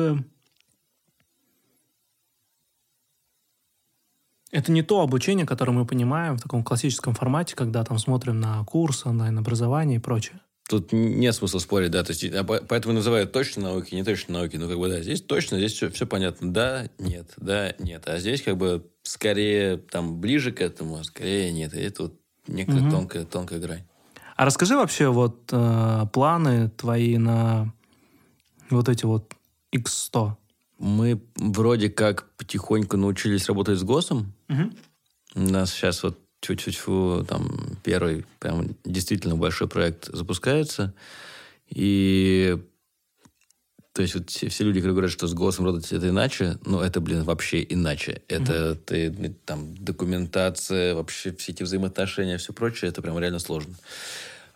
это не то обучение, которое мы понимаем в таком классическом формате, когда там смотрим на курсы, онлайн-образование и прочее. Тут нет смысла спорить, да. То есть, поэтому называют точно науки, не точно науки. Да, здесь точно, здесь все понятно. Да, нет. А здесь скорее там ближе к этому, а скорее нет. И это некая тонкая грань. А расскажи вообще планы твои на эти X100. Мы вроде как потихоньку научились работать с ГОСом. Угу. У нас сейчас тьфу-тьфу-тьфу, там первый прям действительно большой проект запускается. И то есть все люди, которые говорят, что с голосом работать это иначе, это, вообще иначе. Это там документация, вообще все эти взаимоотношения, все прочее, это прям реально сложно.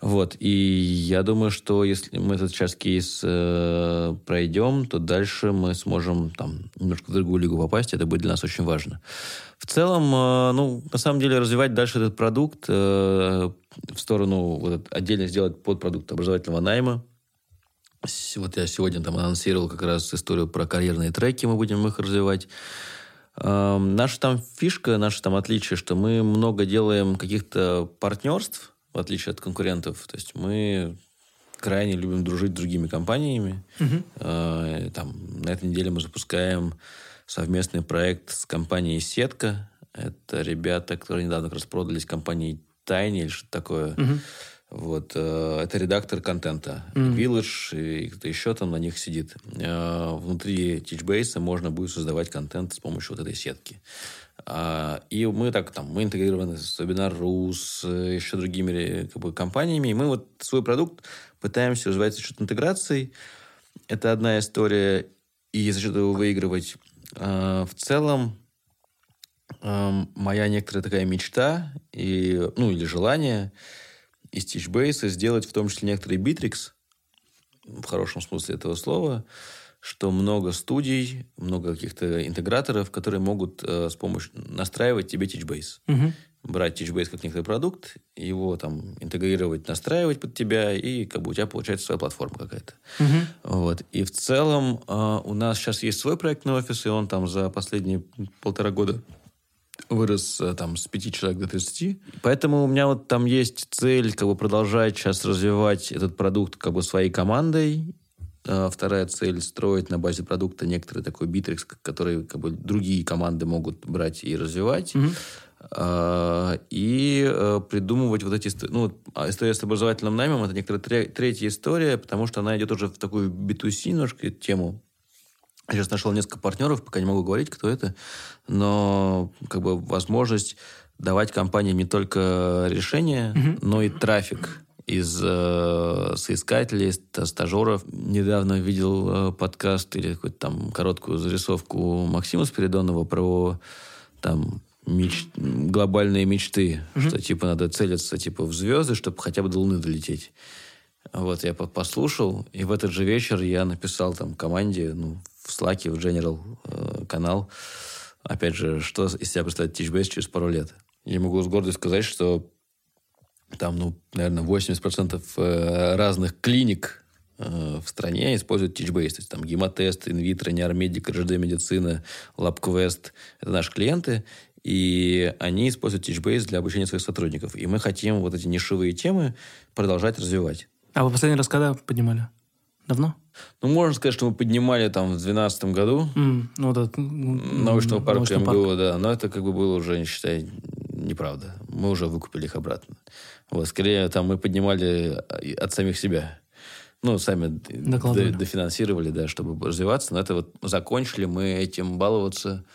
Вот. И я думаю, что если мы этот сейчас кейс пройдем, то дальше мы сможем там немножко в другую лигу попасть. Это будет для нас очень важно. В целом, на самом деле, развивать дальше этот продукт в сторону вот, отдельно сделать подпродукт образовательного найма. Вот я сегодня там анонсировал как раз историю про карьерные треки, мы будем их развивать. Наша там фишка, наше там отличие, что мы много делаем каких-то партнерств, в отличие от конкурентов. То есть мы крайне любим дружить с другими компаниями. Там, на этой неделе мы запускаем совместный проект с компанией «Сетка». Это ребята, которые недавно как раз продались компании «Тайни» или что-то такое. Вот, это редактор контента. Village и кто-то еще там на них сидит. Внутри Teachbase можно будет создавать контент с помощью вот этой сетки. И мы мы интегрированы с Webinar.ru, с еще другими компаниями. И мы вот свой продукт пытаемся развивать за счет интеграции. Это одна история. И за счет этого выигрывать. В целом, моя некоторая такая мечта или желание из Teachbase сделать в том числе некоторый Bittrex, в хорошем смысле этого слова, что много студий, много каких-то интеграторов, которые могут с помощью настраивать тебе Teachbase. Брать Teachbase как некоторый продукт, его там интегрировать, настраивать под тебя, и как бы у тебя получается своя платформа какая-то. Вот. И в целом у нас сейчас есть свой проектный офис, и он там за последние 1,5 года вырос там с 5 человек до 30. Поэтому у меня вот там есть цель как бы продолжать сейчас развивать этот продукт как бы своей командой. Вторая цель — строить на базе продукта некоторый такой Bittrex, который как бы другие команды могут брать и развивать. И придумывать вот эти... история с образовательным наймом — это некоторая третья история, потому что она идет уже в такую B2C немножко тему. Я сейчас нашел несколько партнеров, пока не могу говорить, кто это, но как бы возможность давать компаниям не только решения, но и трафик из соискателей, стажеров. Недавно видел подкаст или какую-то там короткую зарисовку Максима Спиридонова про там глобальные мечты, что типа надо целиться типа в звезды, чтобы хотя бы до Луны долететь. Вот я послушал, и в этот же вечер я написал там команде, в Slack, в General канал, опять же, что из себя представляет Teachbase через пару лет. Я могу с гордостью сказать, что там, наверное, 80% разных клиник в стране используют Teachbase. То есть там Гемотест, Инвитро, Неормедик, РЖД Медицина, LabQuest. Это наши клиенты. И они используют Teachbase для обучения своих сотрудников. И мы хотим вот эти нишевые темы продолжать развивать. А вы последний раз когда поднимали? Давно? Можно сказать, что мы поднимали там в 2012 году. Научного парка МГУ, да. Но это как бы было уже, считай, неправда. Мы уже выкупили их обратно. Вот, скорее, там мы поднимали от самих себя. Сами дофинансировали, да, чтобы развиваться. Но это вот закончили мы этим баловаться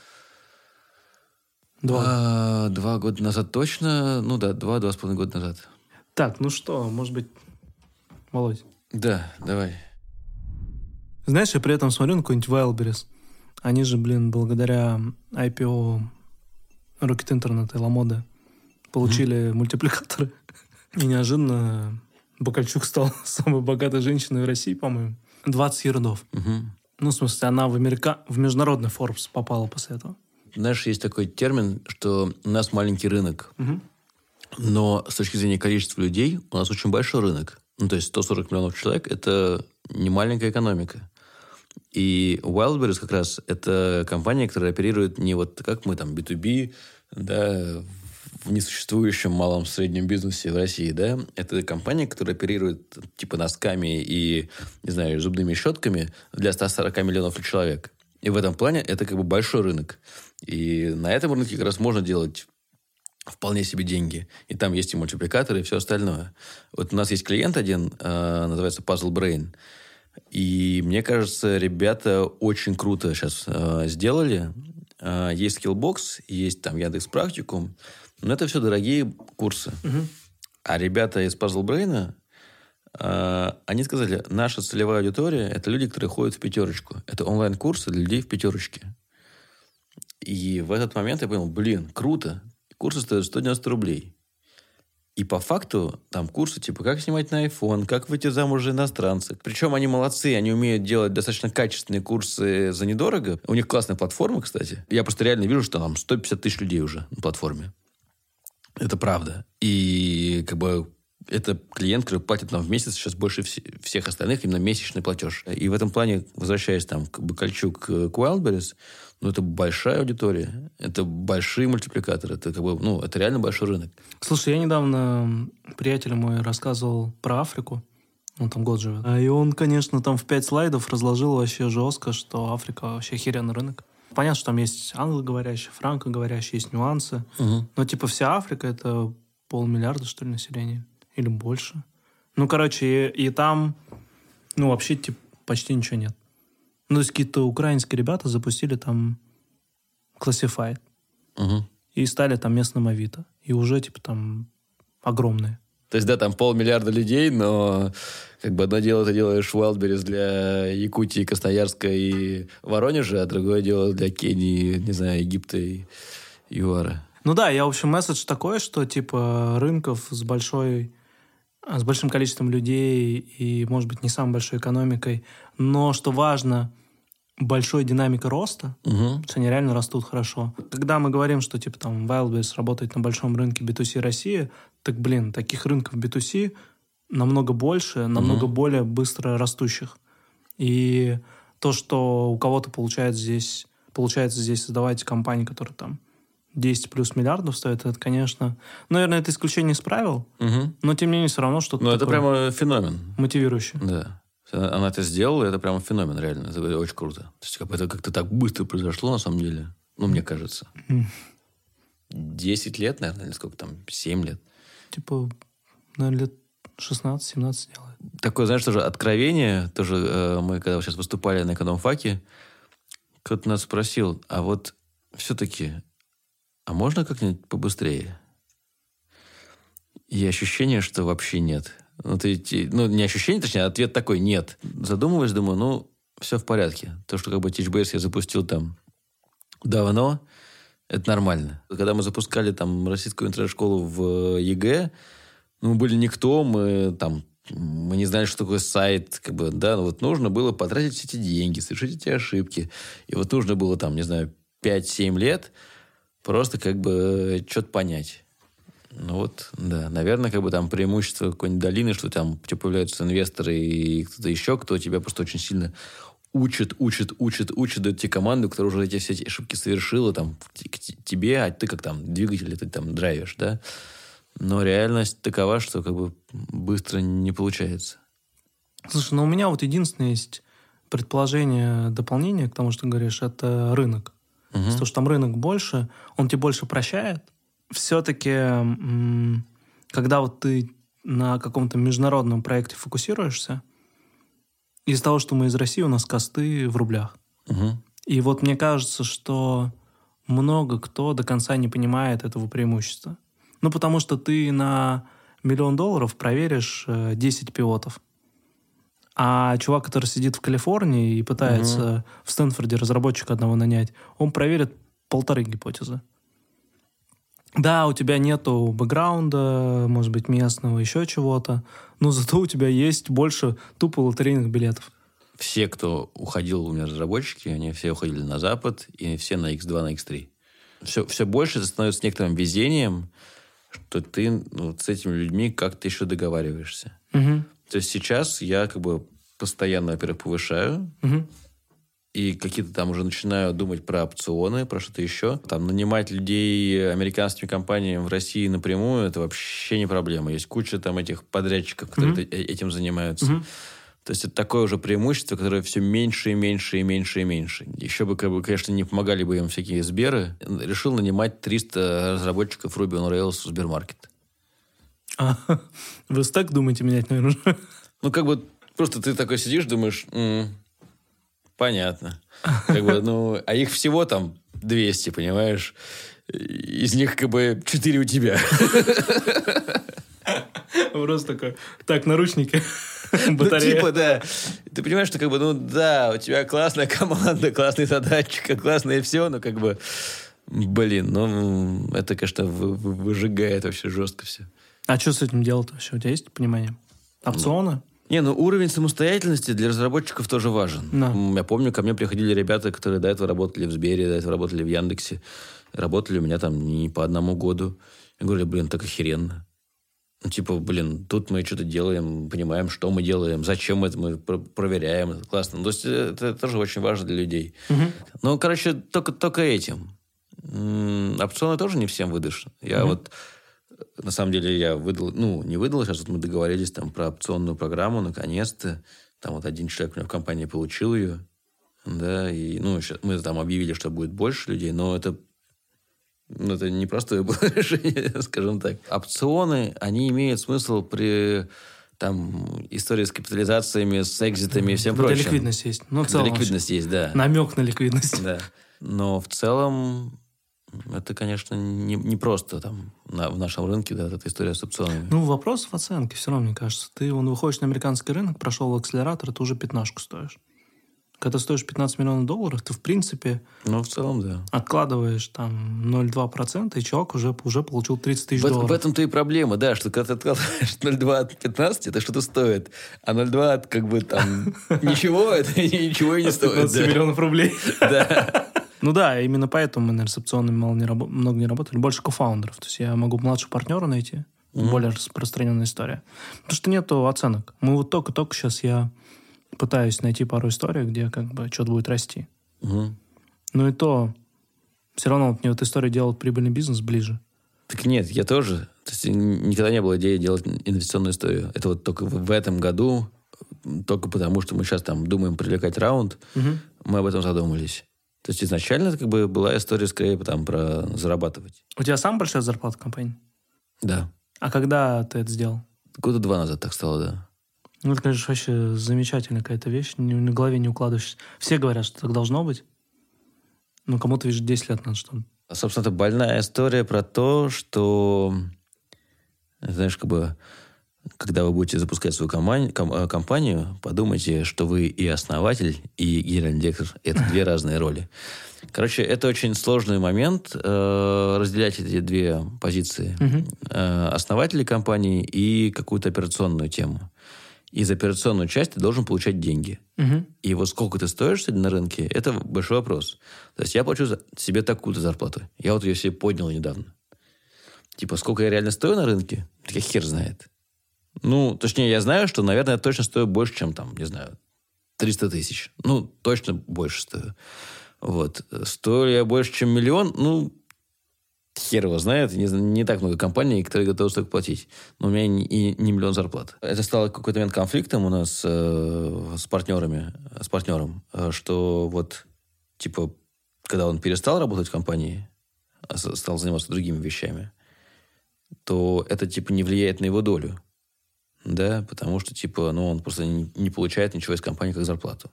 2 года назад точно. 2,5 года назад. Так, может быть, Володь? Да, давай. Знаешь, я при этом смотрю на какой-нибудь Wildberries. Они же, благодаря IPO Rocket Internet и LaModa получили мультипликаторы. И неожиданно Бакальчук стал самой богатой женщиной в России, по-моему. 20 ярдов. В смысле, она в международный Forbes попала после этого. Знаешь, есть такой термин, что у нас маленький рынок. Но с точки зрения количества людей у нас очень большой рынок. То есть 140 миллионов человек – это не маленькая экономика. И Wildberries как раз это компания, которая оперирует не вот как мы там B2B, да, в несуществующем малом среднем бизнесе в России, да. Это компания, которая оперирует типа носками и, не знаю, зубными щетками для 140 миллионов человек. И в этом плане это как бы большой рынок. И на этом рынке как раз можно делать вполне себе деньги. И там есть и мультипликаторы, и все остальное. Вот у нас есть клиент один, называется Puzzle Brain. И мне кажется, ребята очень круто сейчас сделали. Есть Skillbox, есть там Яндекс.Практикум. Но это все дорогие курсы. А ребята из Puzzle Brain, они сказали, наша целевая аудитория – это люди, которые ходят в 5. Это онлайн-курсы для людей в 5. И в этот момент я понял, круто. Курсы стоят 190 рублей. И по факту там курсы типа как снимать на iPhone, как выйти замуж за иностранца. Причем они молодцы, они умеют делать достаточно качественные курсы за недорого. У них классная платформа, кстати. Я просто реально вижу, что там 150 тысяч людей уже на платформе. Это правда. И как бы это клиент, который платит нам в месяц сейчас больше всех остальных, именно месячный платеж. И в этом плане, возвращаясь там к Бакальчук, к Wildberries, ну, это большая аудитория, это большие мультипликаторы, это как бы, ну, это реально большой рынок. Слушай, я недавно приятелю мой рассказывал про Африку, он там год живет, и он, конечно, там в 5 слайдов разложил вообще жестко, что Африка вообще охеренный рынок. Понятно, что там есть англоговорящие, франкоговорящие, есть нюансы, но типа вся Африка — это 500 000, что ли, населения, или больше. Ну, короче, и там, ну, вообще типа почти ничего нет. Ну, то есть какие-то украинские ребята запустили там Classified. И стали там местным Авито. И уже, типа, там огромные. То есть, да, там 500 000 людей, но как бы одно дело ты делаешь Wildberries для Якутии, Красноярска и Воронежа, а другое дело для Кении, не знаю, Египта и ЮАРа. Ну да, в общем, месседж такой, что, типа, рынков с большим количеством людей и, может быть, не самой большой экономикой, но, что важно, большой динамика роста, что они реально растут хорошо. Когда мы говорим, что типа там Wildberries работает на большом рынке B2C России, так, блин, таких рынков B2C намного больше, намного более быстро растущих. И то, что у кого-то получается здесь создавать компании, которые там 10 плюс миллиардов стоят, это, конечно, наверное, это исключение из правил, но тем не менее все равно что-то. Ну, это прямо феномен. Мотивирующий. Да. Она это сделала, это прямо феномен, реально. Это очень круто. То есть, это как-то так быстро произошло, на самом деле. Ну, мне кажется. 10 лет, наверное, или сколько там? 7 лет. Типа, наверное, лет 16-17 делает. Такое, знаешь, тоже откровение. Тоже мы, когда сейчас выступали на экономфаке, кто-то нас спросил, а вот все-таки, а можно как-нибудь побыстрее? И ощущение, что вообще нет. Ну, не ощущение, точнее, ответ такой: нет. Задумываюсь, думаю, все в порядке. То, что как бы Teachbase я запустил там давно, это нормально. Когда мы запускали там российскую интернет-школу в ЕГЭ, мы были никто, мы не знали, что такое сайт, как бы, да, вот нужно было потратить все эти деньги, совершить эти ошибки. И вот нужно было там, не знаю, 5-7 лет просто как бы что-то понять. Ну вот, да, наверное, как бы там преимущество какой-нибудь долины, что там у тебя появляются инвесторы и кто-то еще, кто тебя просто очень сильно учит, дает тебе команду, которая уже все эти ошибки совершила там к тебе, а ты как там двигатель, ты там драйвишь, да. Но реальность такова, что как бы быстро не получается. Слушай, у меня вот единственное есть предположение, дополнение к тому, что ты говоришь, это рынок. Потому что там рынок больше, он тебе больше прощает. Все-таки, когда вот ты на каком-то международном проекте фокусируешься, из-за того, что мы из России, у нас косты в рублях. И вот мне кажется, что много кто до конца не понимает этого преимущества. Ну, потому что ты на $1 миллион проверишь 10 пивотов. А чувак, который сидит в Калифорнии и пытается в Стэнфорде разработчика одного нанять, он проверит 1,5 гипотезы. Да, у тебя нету бэкграунда, может быть, местного, еще чего-то, но зато у тебя есть больше тупо лотерейных билетов. Все, кто уходил у меня разработчики, они все уходили на Запад, и все на X2, на X3. Все больше это становится некоторым везением, что ты с этими людьми как-то еще договариваешься. То есть сейчас я как бы постоянно, во-первых, повышаю, и какие-то там уже начинаю думать про опционы, про что-то еще. Там нанимать людей американскими компаниями в России напрямую, это вообще не проблема. Есть куча там этих подрядчиков, которые этим занимаются. То есть это такое уже преимущество, которое все меньше и меньше и меньше и меньше. Еще бы, конечно, не помогали бы им всякие Сберы. Решил нанимать 300 разработчиков Ruby on Rails в Сбермаркет. Вы так думаете менять, наверное? Ну, как бы просто ты такой сидишь, думаешь, понятно. Как бы, а их всего там 200, понимаешь? Из них как бы 4 у тебя. Просто такой, так, наручники, батарея. Типа, да. Ты понимаешь, что как бы, да, у тебя классная команда, классный задатчик, классное все, но как бы, блин, это, конечно, выжигает вообще жестко все. А что с этим делать вообще? У тебя есть понимание? Опционы? Уровень самостоятельности для разработчиков тоже важен. Да. Я помню, ко мне приходили ребята, которые до этого работали в Сбере, до этого работали в Яндексе. Работали у меня там не по 1 году. Я говорю, так охеренно. Тут мы что-то делаем, понимаем, что мы делаем, зачем это мы проверяем. Это классно. То есть это тоже очень важно для людей. Угу. Только этим. Опционы тоже не всем выдашь. Я на самом деле, я выдал, не выдал, сейчас мы договорились там про опционную программу, наконец-то. Там один человек у меня в компании получил ее. Да, и, сейчас мы там объявили, что будет больше людей, но это непростое было решение, скажем так. Опционы, они имеют смысл при истории с капитализациями, с экзитами и всем прочим. Когда ликвидность есть. Когда ликвидность есть, да. Намек на ликвидность. Да. Но в целом это, конечно, не просто в нашем рынке, да, эта история с опционами. Вопрос в оценке все равно, мне кажется. Ты выходишь на американский рынок, прошел акселератор, ты уже 15 стоишь. Когда стоишь $15 миллионов, ты, в принципе, в целом, да. Откладываешь 0,2%, и чувак уже получил $30 тысяч. В этом-то и проблема, да, что когда ты откладываешь 0,2 от 15, это что-то стоит. А 0,2 от ничего, это ничего и не стоит. 15 миллионов рублей. Да. Именно поэтому мы, наверное, с опционами много не работали. Больше кофаундеров. То есть я могу младшего партнера найти. Более распространенная история. Потому что нету оценок. Мы только сейчас я пытаюсь найти пару историй, где что-то будет расти. И то все равно мне история делать прибыльный бизнес ближе. Так нет, я тоже. То есть никогда не было идеи делать инвестиционную историю. Это только в этом году, только потому, что мы сейчас думаем привлекать раунд, мы об этом задумались. То есть изначально это была история скорее про зарабатывать. У тебя самая большая зарплата в компании? Да. А когда ты это сделал? 2 года назад так стало, да. Это, конечно, вообще замечательная какая-то вещь. На голове не укладываешься. Все говорят, что так должно быть. Но кому-то, видишь, 10 лет надо, чтобы... Собственно, это больная история про то, что, знаешь, когда вы будете запускать свою компанию, подумайте, что вы и основатель, и генеральный директор. Это 2 разные роли. Короче, это очень сложный момент разделять эти 2 позиции. Основателя компании и какую-то операционную тему. И за операционную часть ты должен получать деньги. И сколько ты стоишь сегодня на рынке, это большой вопрос. То есть я плачу себе такую-то зарплату. Я ее себе поднял недавно. Сколько я реально стою на рынке? Так я хер знает. Точнее, я знаю, что, наверное, я точно стою больше, чем 300 тысяч. Точно больше стою. Стою ли я больше, чем 1 миллион? Хер его знает. Не так много компаний, которые готовы столько платить. Но у меня и не 1 миллион зарплат. Это стало какой-то момент конфликтом у нас с партнером, что когда он перестал работать в компании, стал заниматься другими вещами, то это, не влияет на его долю. Да, потому что, он просто не получает ничего из компании как зарплату.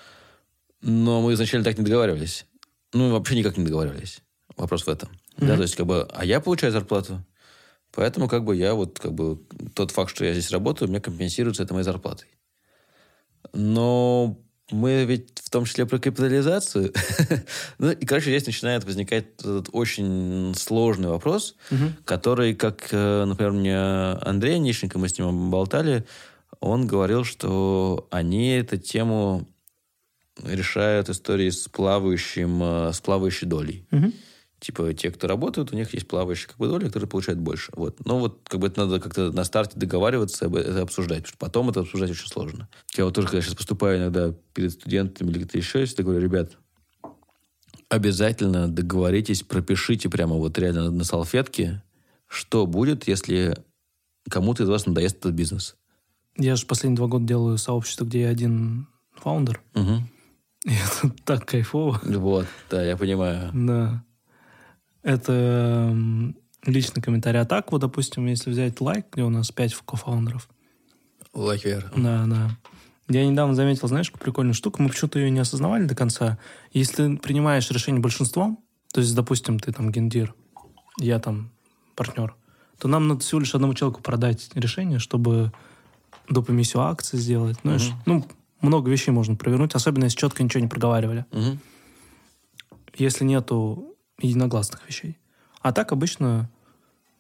Но мы изначально так не договаривались. Вообще никак не договаривались. Вопрос в этом. Да, то есть, а я получаю зарплату, поэтому, я тот факт, что я здесь работаю, мне компенсируется этой моей зарплатой. Но мы ведь в том числе про капитализацию. Здесь начинает возникать этот очень сложный вопрос, который, как, например, мне Андрей Онищенко, мы с ним болтали, он говорил, что они эту тему решают истории с плавающей долей. Те, кто работают, у них есть плавающая доля, которые получают больше. Это надо как-то на старте договариваться, это обсуждать. Потому что потом это обсуждать очень сложно. Я тоже, когда сейчас поступаю иногда перед студентами или где-то еще, я всегда говорю, ребят, обязательно договоритесь, пропишите прямо реально на салфетке, что будет, если кому-то из вас надоест этот бизнес. Я же последние 2 года делаю сообщество, где я один фаундер. И это так кайфово. Да, я понимаю. Да. Это личный комментарий. А так, допустим, если взять лайк, где у нас 5 кофаундеров. Лайквер. Да. Я недавно заметил, знаешь, какую прикольную штуку. Мы почему-то ее не осознавали до конца. Если принимаешь решение большинством, то есть, допустим, ты гендир, я партнер, то нам надо всего лишь одному человеку продать решение, чтобы доп. Эмиссию акций сделать. Знаешь, много вещей можно провернуть, особенно если четко ничего не проговаривали. Если нету единогласных вещей. А так обычно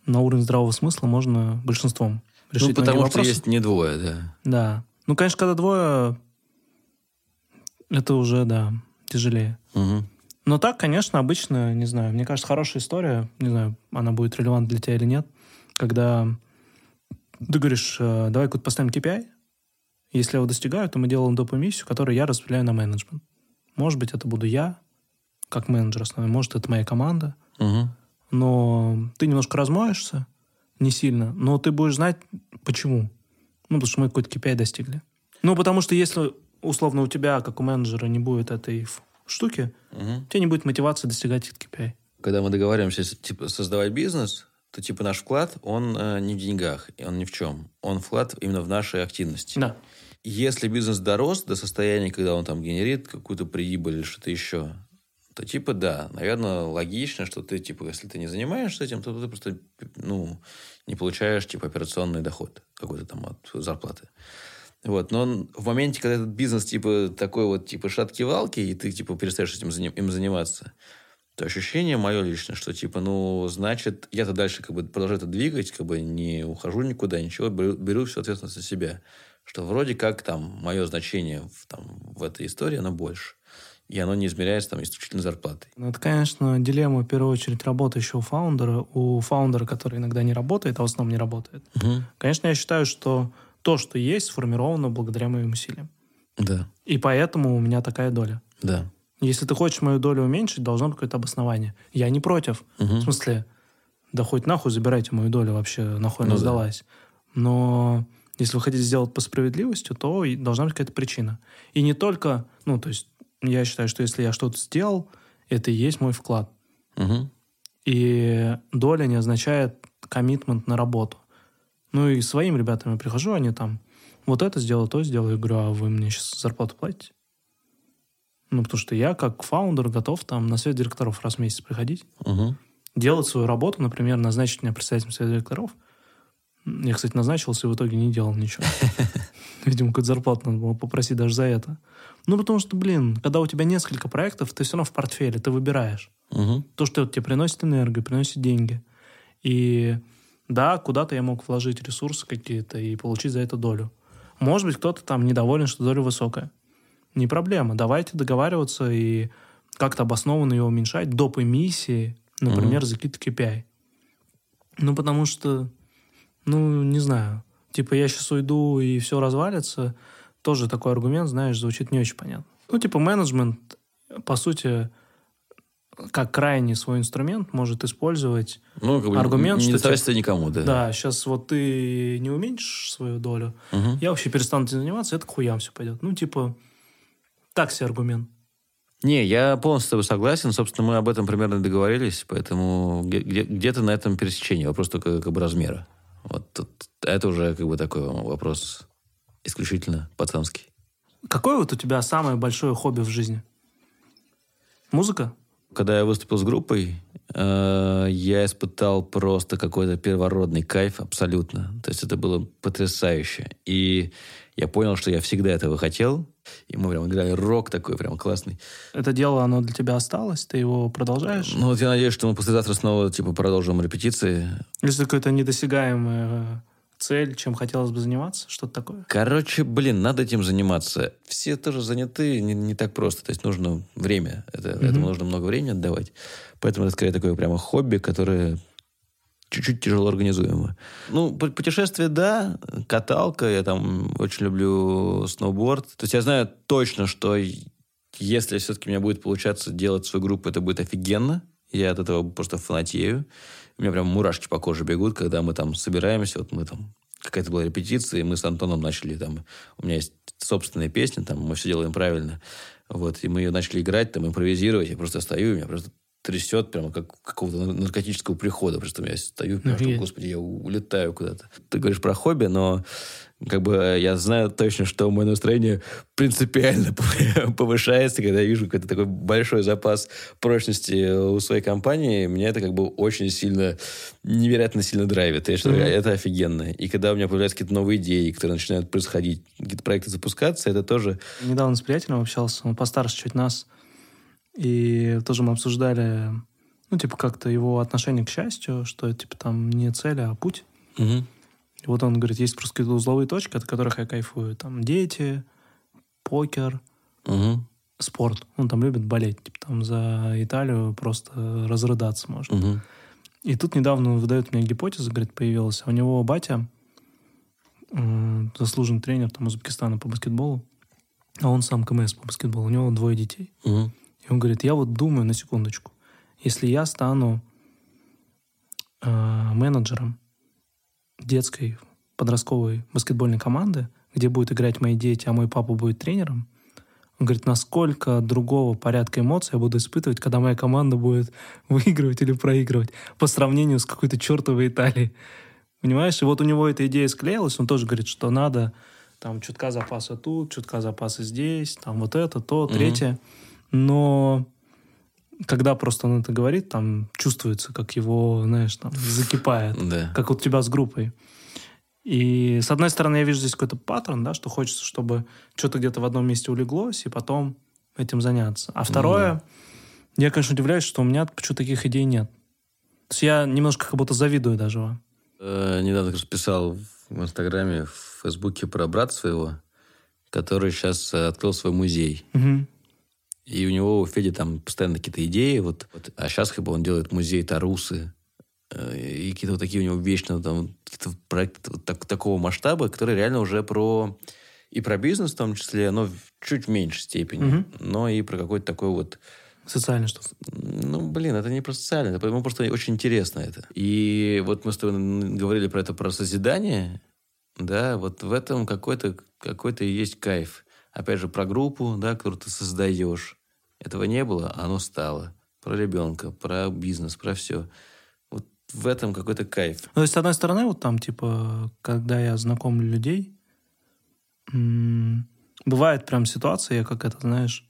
на уровне здравого смысла можно большинством решить. Ну, потому что вопросы. есть не двое, да. Да. Ну, конечно, когда двое, это уже, да, тяжелее. Угу. Но так, конечно, обычно, не знаю, мне кажется, хорошая история, не знаю, она будет релевантна для тебя или нет, когда ты говоришь, давай какой-то поставим KPI, если я его достигаю, то мы делаем доп. Миссию, которую я распределяю на менеджмент. Может быть, это буду я, как менеджер основной, может, это моя команда, но ты немножко размоешься, не сильно, но ты будешь знать, почему. Ну, потому что мы какой-то KPI достигли. Ну, потому что если, условно, у тебя, как у менеджера, не будет этой штуки, у тебя не будет мотивации достигать этот KPI. Когда мы договариваемся, типа, создавать бизнес, то, типа, наш вклад, он не в деньгах, он ни в чем. Он вклад именно в наши активности. Да. Если бизнес дорос до состояния, когда он там генерит какую-то прибыль или что-то еще, то, типа, да, наверное, логично, что ты, типа, если ты не занимаешься этим, то ты просто, ну, не получаешь, типа, операционный доход какой-то там от зарплаты. Вот. Но в моменте, когда этот бизнес, типа, такой вот, типа, шатки-валки, и ты, типа, перестаешь им заниматься, то ощущение мое личное, что, типа, ну, значит, я-то дальше, как бы, продолжаю это двигать, как бы, не ухожу никуда, ничего, беру всю ответственность на себя. Что вроде как там мое значение в этой истории, оно больше. И оно не измеряется там исключительно зарплатой. Ну, это, конечно, дилемма, в первую очередь, работающего фаундера. У фаундера, который иногда не работает, а в основном не работает. Конечно, я считаю, что то, что есть, сформировано благодаря моим усилиям. Да. И поэтому у меня такая доля. Да. Если ты хочешь мою долю уменьшить, должно быть какое-то обоснование. Я не против. В смысле, да хоть нахуй забирайте мою долю вообще, нахуй она сдалась. Но если вы хотите сделать по справедливости, то должна быть какая-то причина. И не только... Ну, то есть, я считаю, что если я что-то сделал, это и есть мой вклад. И доля не означает коммитмент на работу. Ну, и своим ребятам я прихожу, они там вот это сделал, то сделал. Я говорю, а вы мне сейчас зарплату платите? Ну, потому что я, как фаундер, готов там на совет директоров раз в месяц приходить, делать свою работу, например, назначить меня председателем совета директоров. Я, кстати, назначился и в итоге не делал ничего. Видимо, какую-то зарплату надо было попросить даже за это. Ну, потому что, блин, когда у тебя несколько проектов, ты все равно в портфеле, ты выбираешь. То, что тебе приносит энергию, приносит деньги. И да, куда-то я мог вложить ресурсы какие-то и получить за это долю. Может быть, кто-то там недоволен, что доля высокая. Не проблема. Давайте договариваться и как-то обоснованно ее уменьшать доп. Эмиссии, например, за какие-то KPI. Ну, потому что, ну, не знаю, типа я сейчас уйду и все развалится, тоже такой аргумент, знаешь, звучит не очень понятно. Ну, типа менеджмент, по сути, как крайний свой инструмент может использовать аргумент, не что... доставится никому, да. Да, сейчас вот ты не уменьшишь свою долю, я вообще перестану этим заниматься, это к хуям все пойдет. Ну, типа, так себе аргумент. Не, я полностью с тобой согласен. Собственно, мы об этом примерно договорились, поэтому где-то на этом пересечении. Вопрос только как бы размера. Вот это уже как бы такой вопрос исключительно пацанский. Какое вот у тебя самое большое хобби в жизни? Музыка? Когда я выступил с группой, я испытал просто какой-то первородный кайф абсолютно. То есть это было потрясающе. И я понял, что я всегда этого хотел. И мы прям играли рок такой прям классный. Это дело, оно для тебя осталось? Ты его продолжаешь? Ну вот я надеюсь, что мы послезавтра снова типа продолжим репетиции. Если какая-то недосягаемая цель, чем хотелось бы заниматься? Что-то такое? Короче, блин, надо этим заниматься. Все тоже заняты, не так просто. То есть нужно время. Этому нужно много времени отдавать. Поэтому это скорее такое прямо хобби, которое чуть-чуть тяжело организуемо. Ну, путешествие, да. Каталка. Я там очень люблю сноуборд. То есть я знаю точно, что если все-таки у меня будет получаться делать свою группу, это будет офигенно. Я от этого просто фанатею. У меня прям мурашки по коже бегут, когда мы там собираемся. Вот мы там... Какая-то была репетиция, и мы с Антоном начали там... У меня есть собственная песня, там мы все делаем правильно. Вот, и мы ее начали играть, там, импровизировать. Я просто стою, и меня просто трясет прямо как какого-то наркотического прихода. Просто я стою, понимаю, что, господи, я улетаю куда-то. Ты говоришь про хобби, но как бы я знаю точно, что мое настроение принципиально повышается, когда я вижу какой-то такой большой запас прочности у своей компании. Меня это как бы очень сильно, невероятно сильно драйвит. Я считаю, это офигенно. И когда у меня появляются какие-то новые идеи, которые начинают происходить, какие-то проекты запускаться, это тоже... Недавно с приятелем общался, он постарше чуть нас. И тоже мы обсуждали Ну, типа, как-то его отношение к счастью, что это, типа, там не цель, а путь. Угу. И вот он говорит, есть просто какие-то узловые точки, от которых я кайфую. Там дети, покер, Угу. спорт. Он там любит болеть. Типа, там за Италию просто разрыдаться можно. Угу. И тут недавно он выдает мне гипотезу, говорит, появилась. У него батя, заслуженный тренер там, Узбекистана по баскетболу, а он сам КМС по баскетболу. У него 2 детей. Угу. И он говорит, я вот думаю на секундочку, если я стану менеджером детской подростковой баскетбольной команды, где будут играть мои дети, а мой папа будет тренером, он говорит, насколько другого порядка эмоций я буду испытывать, когда моя команда будет выигрывать или проигрывать по сравнению с какой-то чертовой Италией. Понимаешь? И вот у него эта идея склеилась, он тоже говорит, что надо там чутка запаса тут, чутка запаса здесь, там вот это, то, третье. Но когда просто он это говорит, там чувствуется, как его, знаешь, там закипает, Да. как вот у тебя с группой. И с одной стороны, я вижу здесь какой-то паттерн, да, что хочется, чтобы что-то где-то в одном месте улеглось, и потом этим заняться. А второе, я, конечно, удивляюсь, что у меня почему-то таких идей нет. То есть я немножко как будто завидую даже вам. Недавно как раз писал в Инстаграме, в Фейсбуке про брата своего, который сейчас открыл свой музей. Угу. И у него, у Феди, там постоянно какие-то идеи. А сейчас как бы он делает музей Тарусы. И какие-то вот такие у него вечно там какие-то проекты вот такого масштаба, которые реально уже и про бизнес в том числе, но чуть в меньшей степени. Но и про какой-то такой вот... Социальное что-то. Ну, блин, это не про социальное, ему просто очень интересно это. И вот мы с тобой говорили про это, про созидание, да, вот в этом какой-то и есть кайф. Опять же, про группу, да, которую ты создаешь. Этого не было, а оно стало. Про ребенка, про бизнес, про все. Вот в этом какой-то кайф. Ну, то есть, с одной стороны, вот там, типа, когда я знакомлю людей, бывает прям ситуация, я как это, знаешь,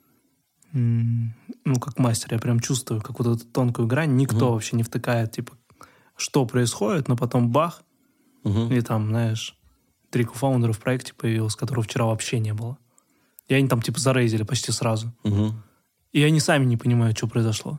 ну, как мастер, я прям чувствую какую-то тонкую грань, никто вообще не втыкает, типа, что происходит, но потом бах, и там, знаешь, 3 кофаундера в проекте появилось, которого вчера вообще не было. И они там, типа, зарейзили почти сразу. И они сами не понимают, что произошло.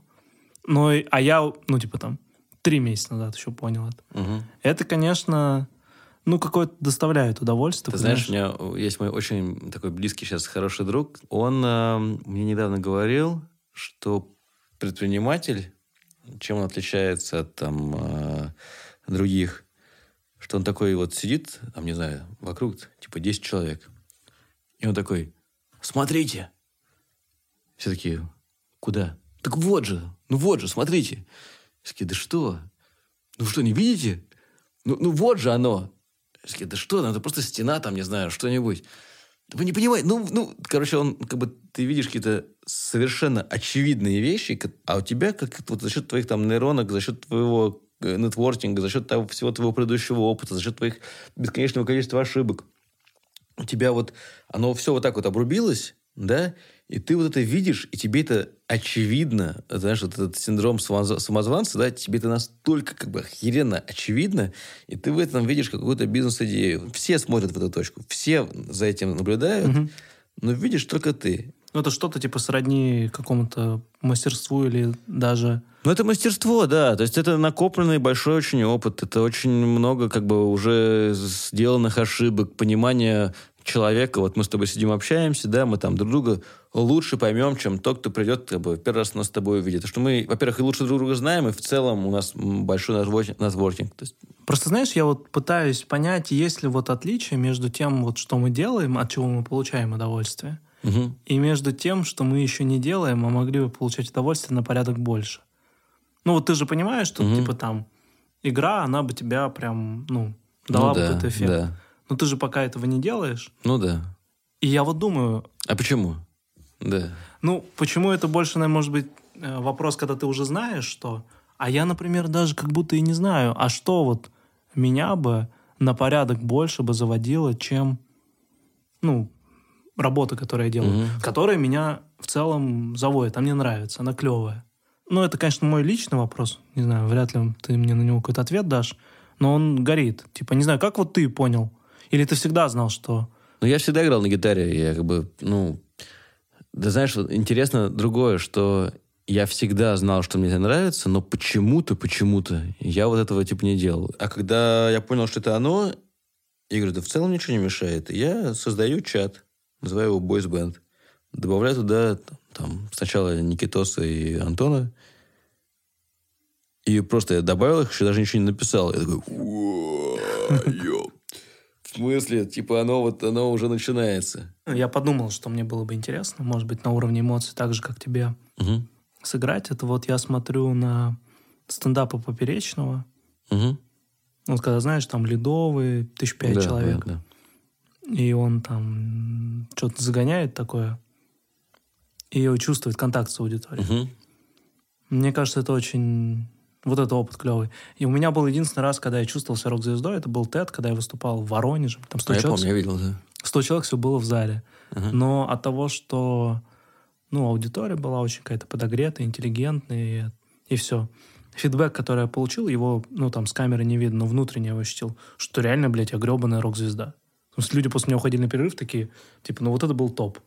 А я, ну, типа, там, 3 месяца назад еще понял это. Это, конечно, ну, какое-то доставляет удовольствие. Ты знаешь, у меня есть мой очень такой близкий сейчас хороший друг. Он мне недавно говорил, что предприниматель, чем он отличается от там других, что он такой вот сидит, там, не знаю, вокруг, типа, 10 человек. И он такой, смотрите. Все такие, куда? Так вот же, смотрите. Все такие, да что? Ну что, не видите? Ну вот же оно. Все такие, да что, ну это просто стена там, не знаю, что-нибудь. Вы не понимаете? Короче, он, как бы, ты видишь какие-то совершенно очевидные вещи, а у тебя, как вот за счет твоих там нейронок, за счет твоего нетворкинга, за счет того, всего твоего предыдущего опыта, за счет твоих бесконечного количества ошибок, у тебя вот оно все вот так вот обрубилось, да, и ты вот это видишь, и тебе это очевидно, знаешь, вот этот синдром самозванца, да, тебе это настолько как бы охеренно очевидно, и ты в этом видишь какую-то бизнес-идею. Все смотрят в эту точку, все за этим наблюдают, но видишь только ты. Ну, это что-то типа сродни какому-то мастерству или даже... Ну, это мастерство, да. То есть это накопленный большой очень опыт. Это очень много как бы уже сделанных ошибок, понимания человека. Вот мы с тобой сидим, общаемся, да, мы там друг друга лучше поймем, чем тот, кто придет, как бы, первый раз нас с тобой увидит. Потому что мы, во-первых, и лучше друг друга знаем, и в целом у нас большой нетворкинг. То есть... Просто, знаешь, я вот пытаюсь понять, есть ли вот отличие между тем, вот, что мы делаем, от чего мы получаем удовольствие, и между тем, что мы еще не делаем, а могли бы получать удовольствие на порядок больше. Ну, вот ты же понимаешь, что, типа, там, игра, она бы тебя прям, дала бы этот эффект. Да. Но ты же пока этого не делаешь. Ну, да. И я вот думаю... А почему? Да. Ну, почему это больше, наверное, может быть вопрос, когда ты уже знаешь, что... А я, например, даже как будто и не знаю, а что вот меня бы на порядок больше бы заводило, чем, работа, которую я делаю, которая меня в целом заводит, а мне нравится, она клевая. Ну, это, конечно, мой личный вопрос. Не знаю, вряд ли ты мне на него какой-то ответ дашь, но он горит. Типа, не знаю, как вот ты понял? Или ты всегда знал, что... Ну, я всегда играл на гитаре. Я как бы, да знаешь, вот интересно другое, что я всегда знал, что мне это нравится, но почему-то я вот этого типа не делал. А когда я понял, что это оно, я говорю, да в целом ничего не мешает. Я создаю чат, называю его Boys Band. Добавляю туда там, сначала Никитоса и Антона. И просто я добавил их, еще даже ничего не написал. Я такой, в смысле? Типа оно уже начинается. Я подумал, что мне было бы интересно, может быть, на уровне эмоций, так же, как тебе, сыграть. Это вот я смотрю на стендапы Поперечного. Вот когда, знаешь, там Ледовый, 1005 человек. Да. И он там что-то загоняет такое. И чувствует контакт с аудиторией. Мне кажется, это очень... Вот это опыт клевый. И у меня был единственный раз, когда я чувствовал себя рок-звездой, это был TED, когда я выступал в Воронеже. Там 100 человек, я помню, я видел, да. 100 человек все было в зале. Но от того, что аудитория была очень какая-то подогретая, интеллигентная, и все. Фидбэк, который я получил, его, там с камеры не видно, но внутренне я его ощутил, что реально, блядь, я гребаная рок-звезда. То есть люди после меня уходили на перерыв такие, типа, вот это был топ.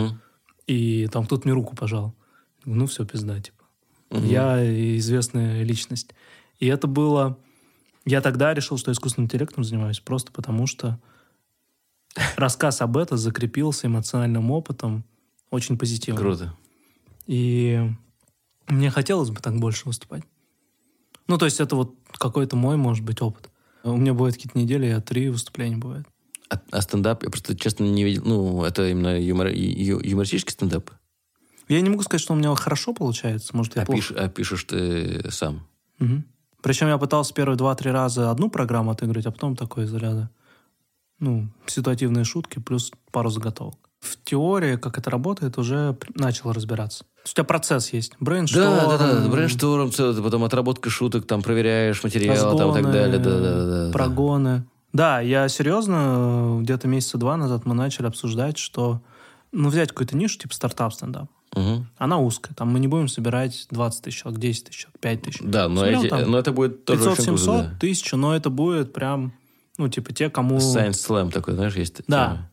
И там кто-то мне руку пожал. Все, пизда, типа. Я известная личность. И это было... Я тогда решил, что искусственным интеллектом занимаюсь, просто потому что рассказ об этом закрепился эмоциональным опытом очень позитивно. Круто. И мне хотелось бы так больше выступать. То есть это вот какой-то мой, может быть, опыт. У меня бывают какие-то недели, 3 выступления бывает. А стендап, я просто, честно, не видел... это именно юмористический стендап? Я не могу сказать, что у меня хорошо получается. Может, я плохо. Пишешь ты сам? Причем я пытался первые 2-3 раза одну программу отыграть, а потом такой из ряда. Ситуативные шутки плюс пару заготовок. В теории, как это работает, уже начал разбираться. У тебя процесс есть. Брейншторм. Да. Брейншторм, потом отработка шуток, там проверяешь материал, там и так далее. Да. Прогоны. Да, я серьезно, где-то месяца 2 назад мы начали обсуждать, что взять какую-то нишу, типа стартап-стендап. Она узкая. Там мы не будем собирать 20 тысяч человек, 10 тысяч человек, 5 тысяч. Да, но это будет тоже 500-700 тысяч, но это будет прям, те, кому... Science Slam такой, знаешь, есть. Да.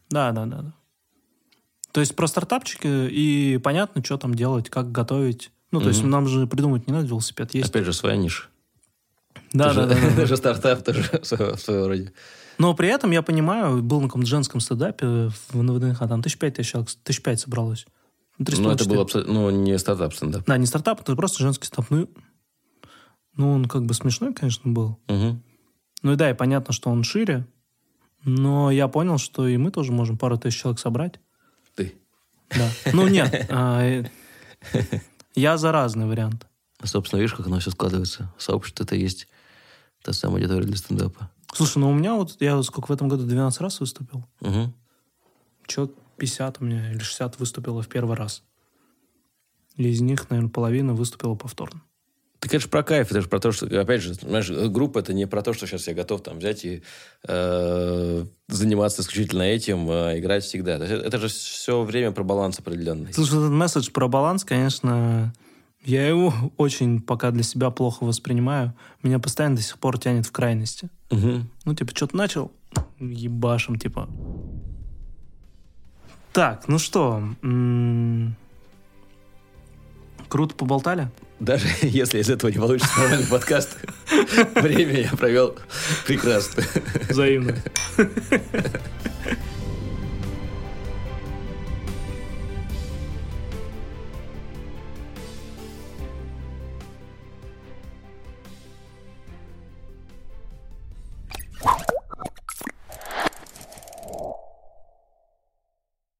То есть про стартапчики, и понятно, что там делать, как готовить. То есть нам же придумать не надо велосипед. Есть... Опять же, своя ниша. Да. Это же стартап тоже в своем роде. Но при этом я понимаю, был на каком-то женском стендапе в ВДНХ, там 1500 человек, 1500 собралось. Это был абсолютно не стартап-стендап. Да, не стартап, это просто женский стендап. Он как бы смешной, конечно, был. И да, и понятно, что он шире. Но я понял, что и мы тоже можем пару тысяч человек собрать. Ты? Да. Нет. Я за разные варианты. Собственно, видишь, как оно все складывается. Сообщество это есть та самая аудитория для стендапа. Слушай, у меня я сколько в этом году 12 раз выступил. Человек 50 у меня или 60 выступило в первый раз. И из них, наверное, половина выступила повторно. Так это же про кайф, это же про то, что, опять же, знаешь, группа это не про то, что сейчас я готов там взять и заниматься исключительно этим, играть всегда. Это же все время про баланс определенный. Слушай, этот месседж про баланс, конечно, я его очень пока для себя плохо воспринимаю. Меня постоянно до сих пор тянет в крайности. Что-то начал, ебашим, Так, что... Круто поболтали? Даже если из этого не получится нормальный подкаст, время я провел прекрасно. Взаимно.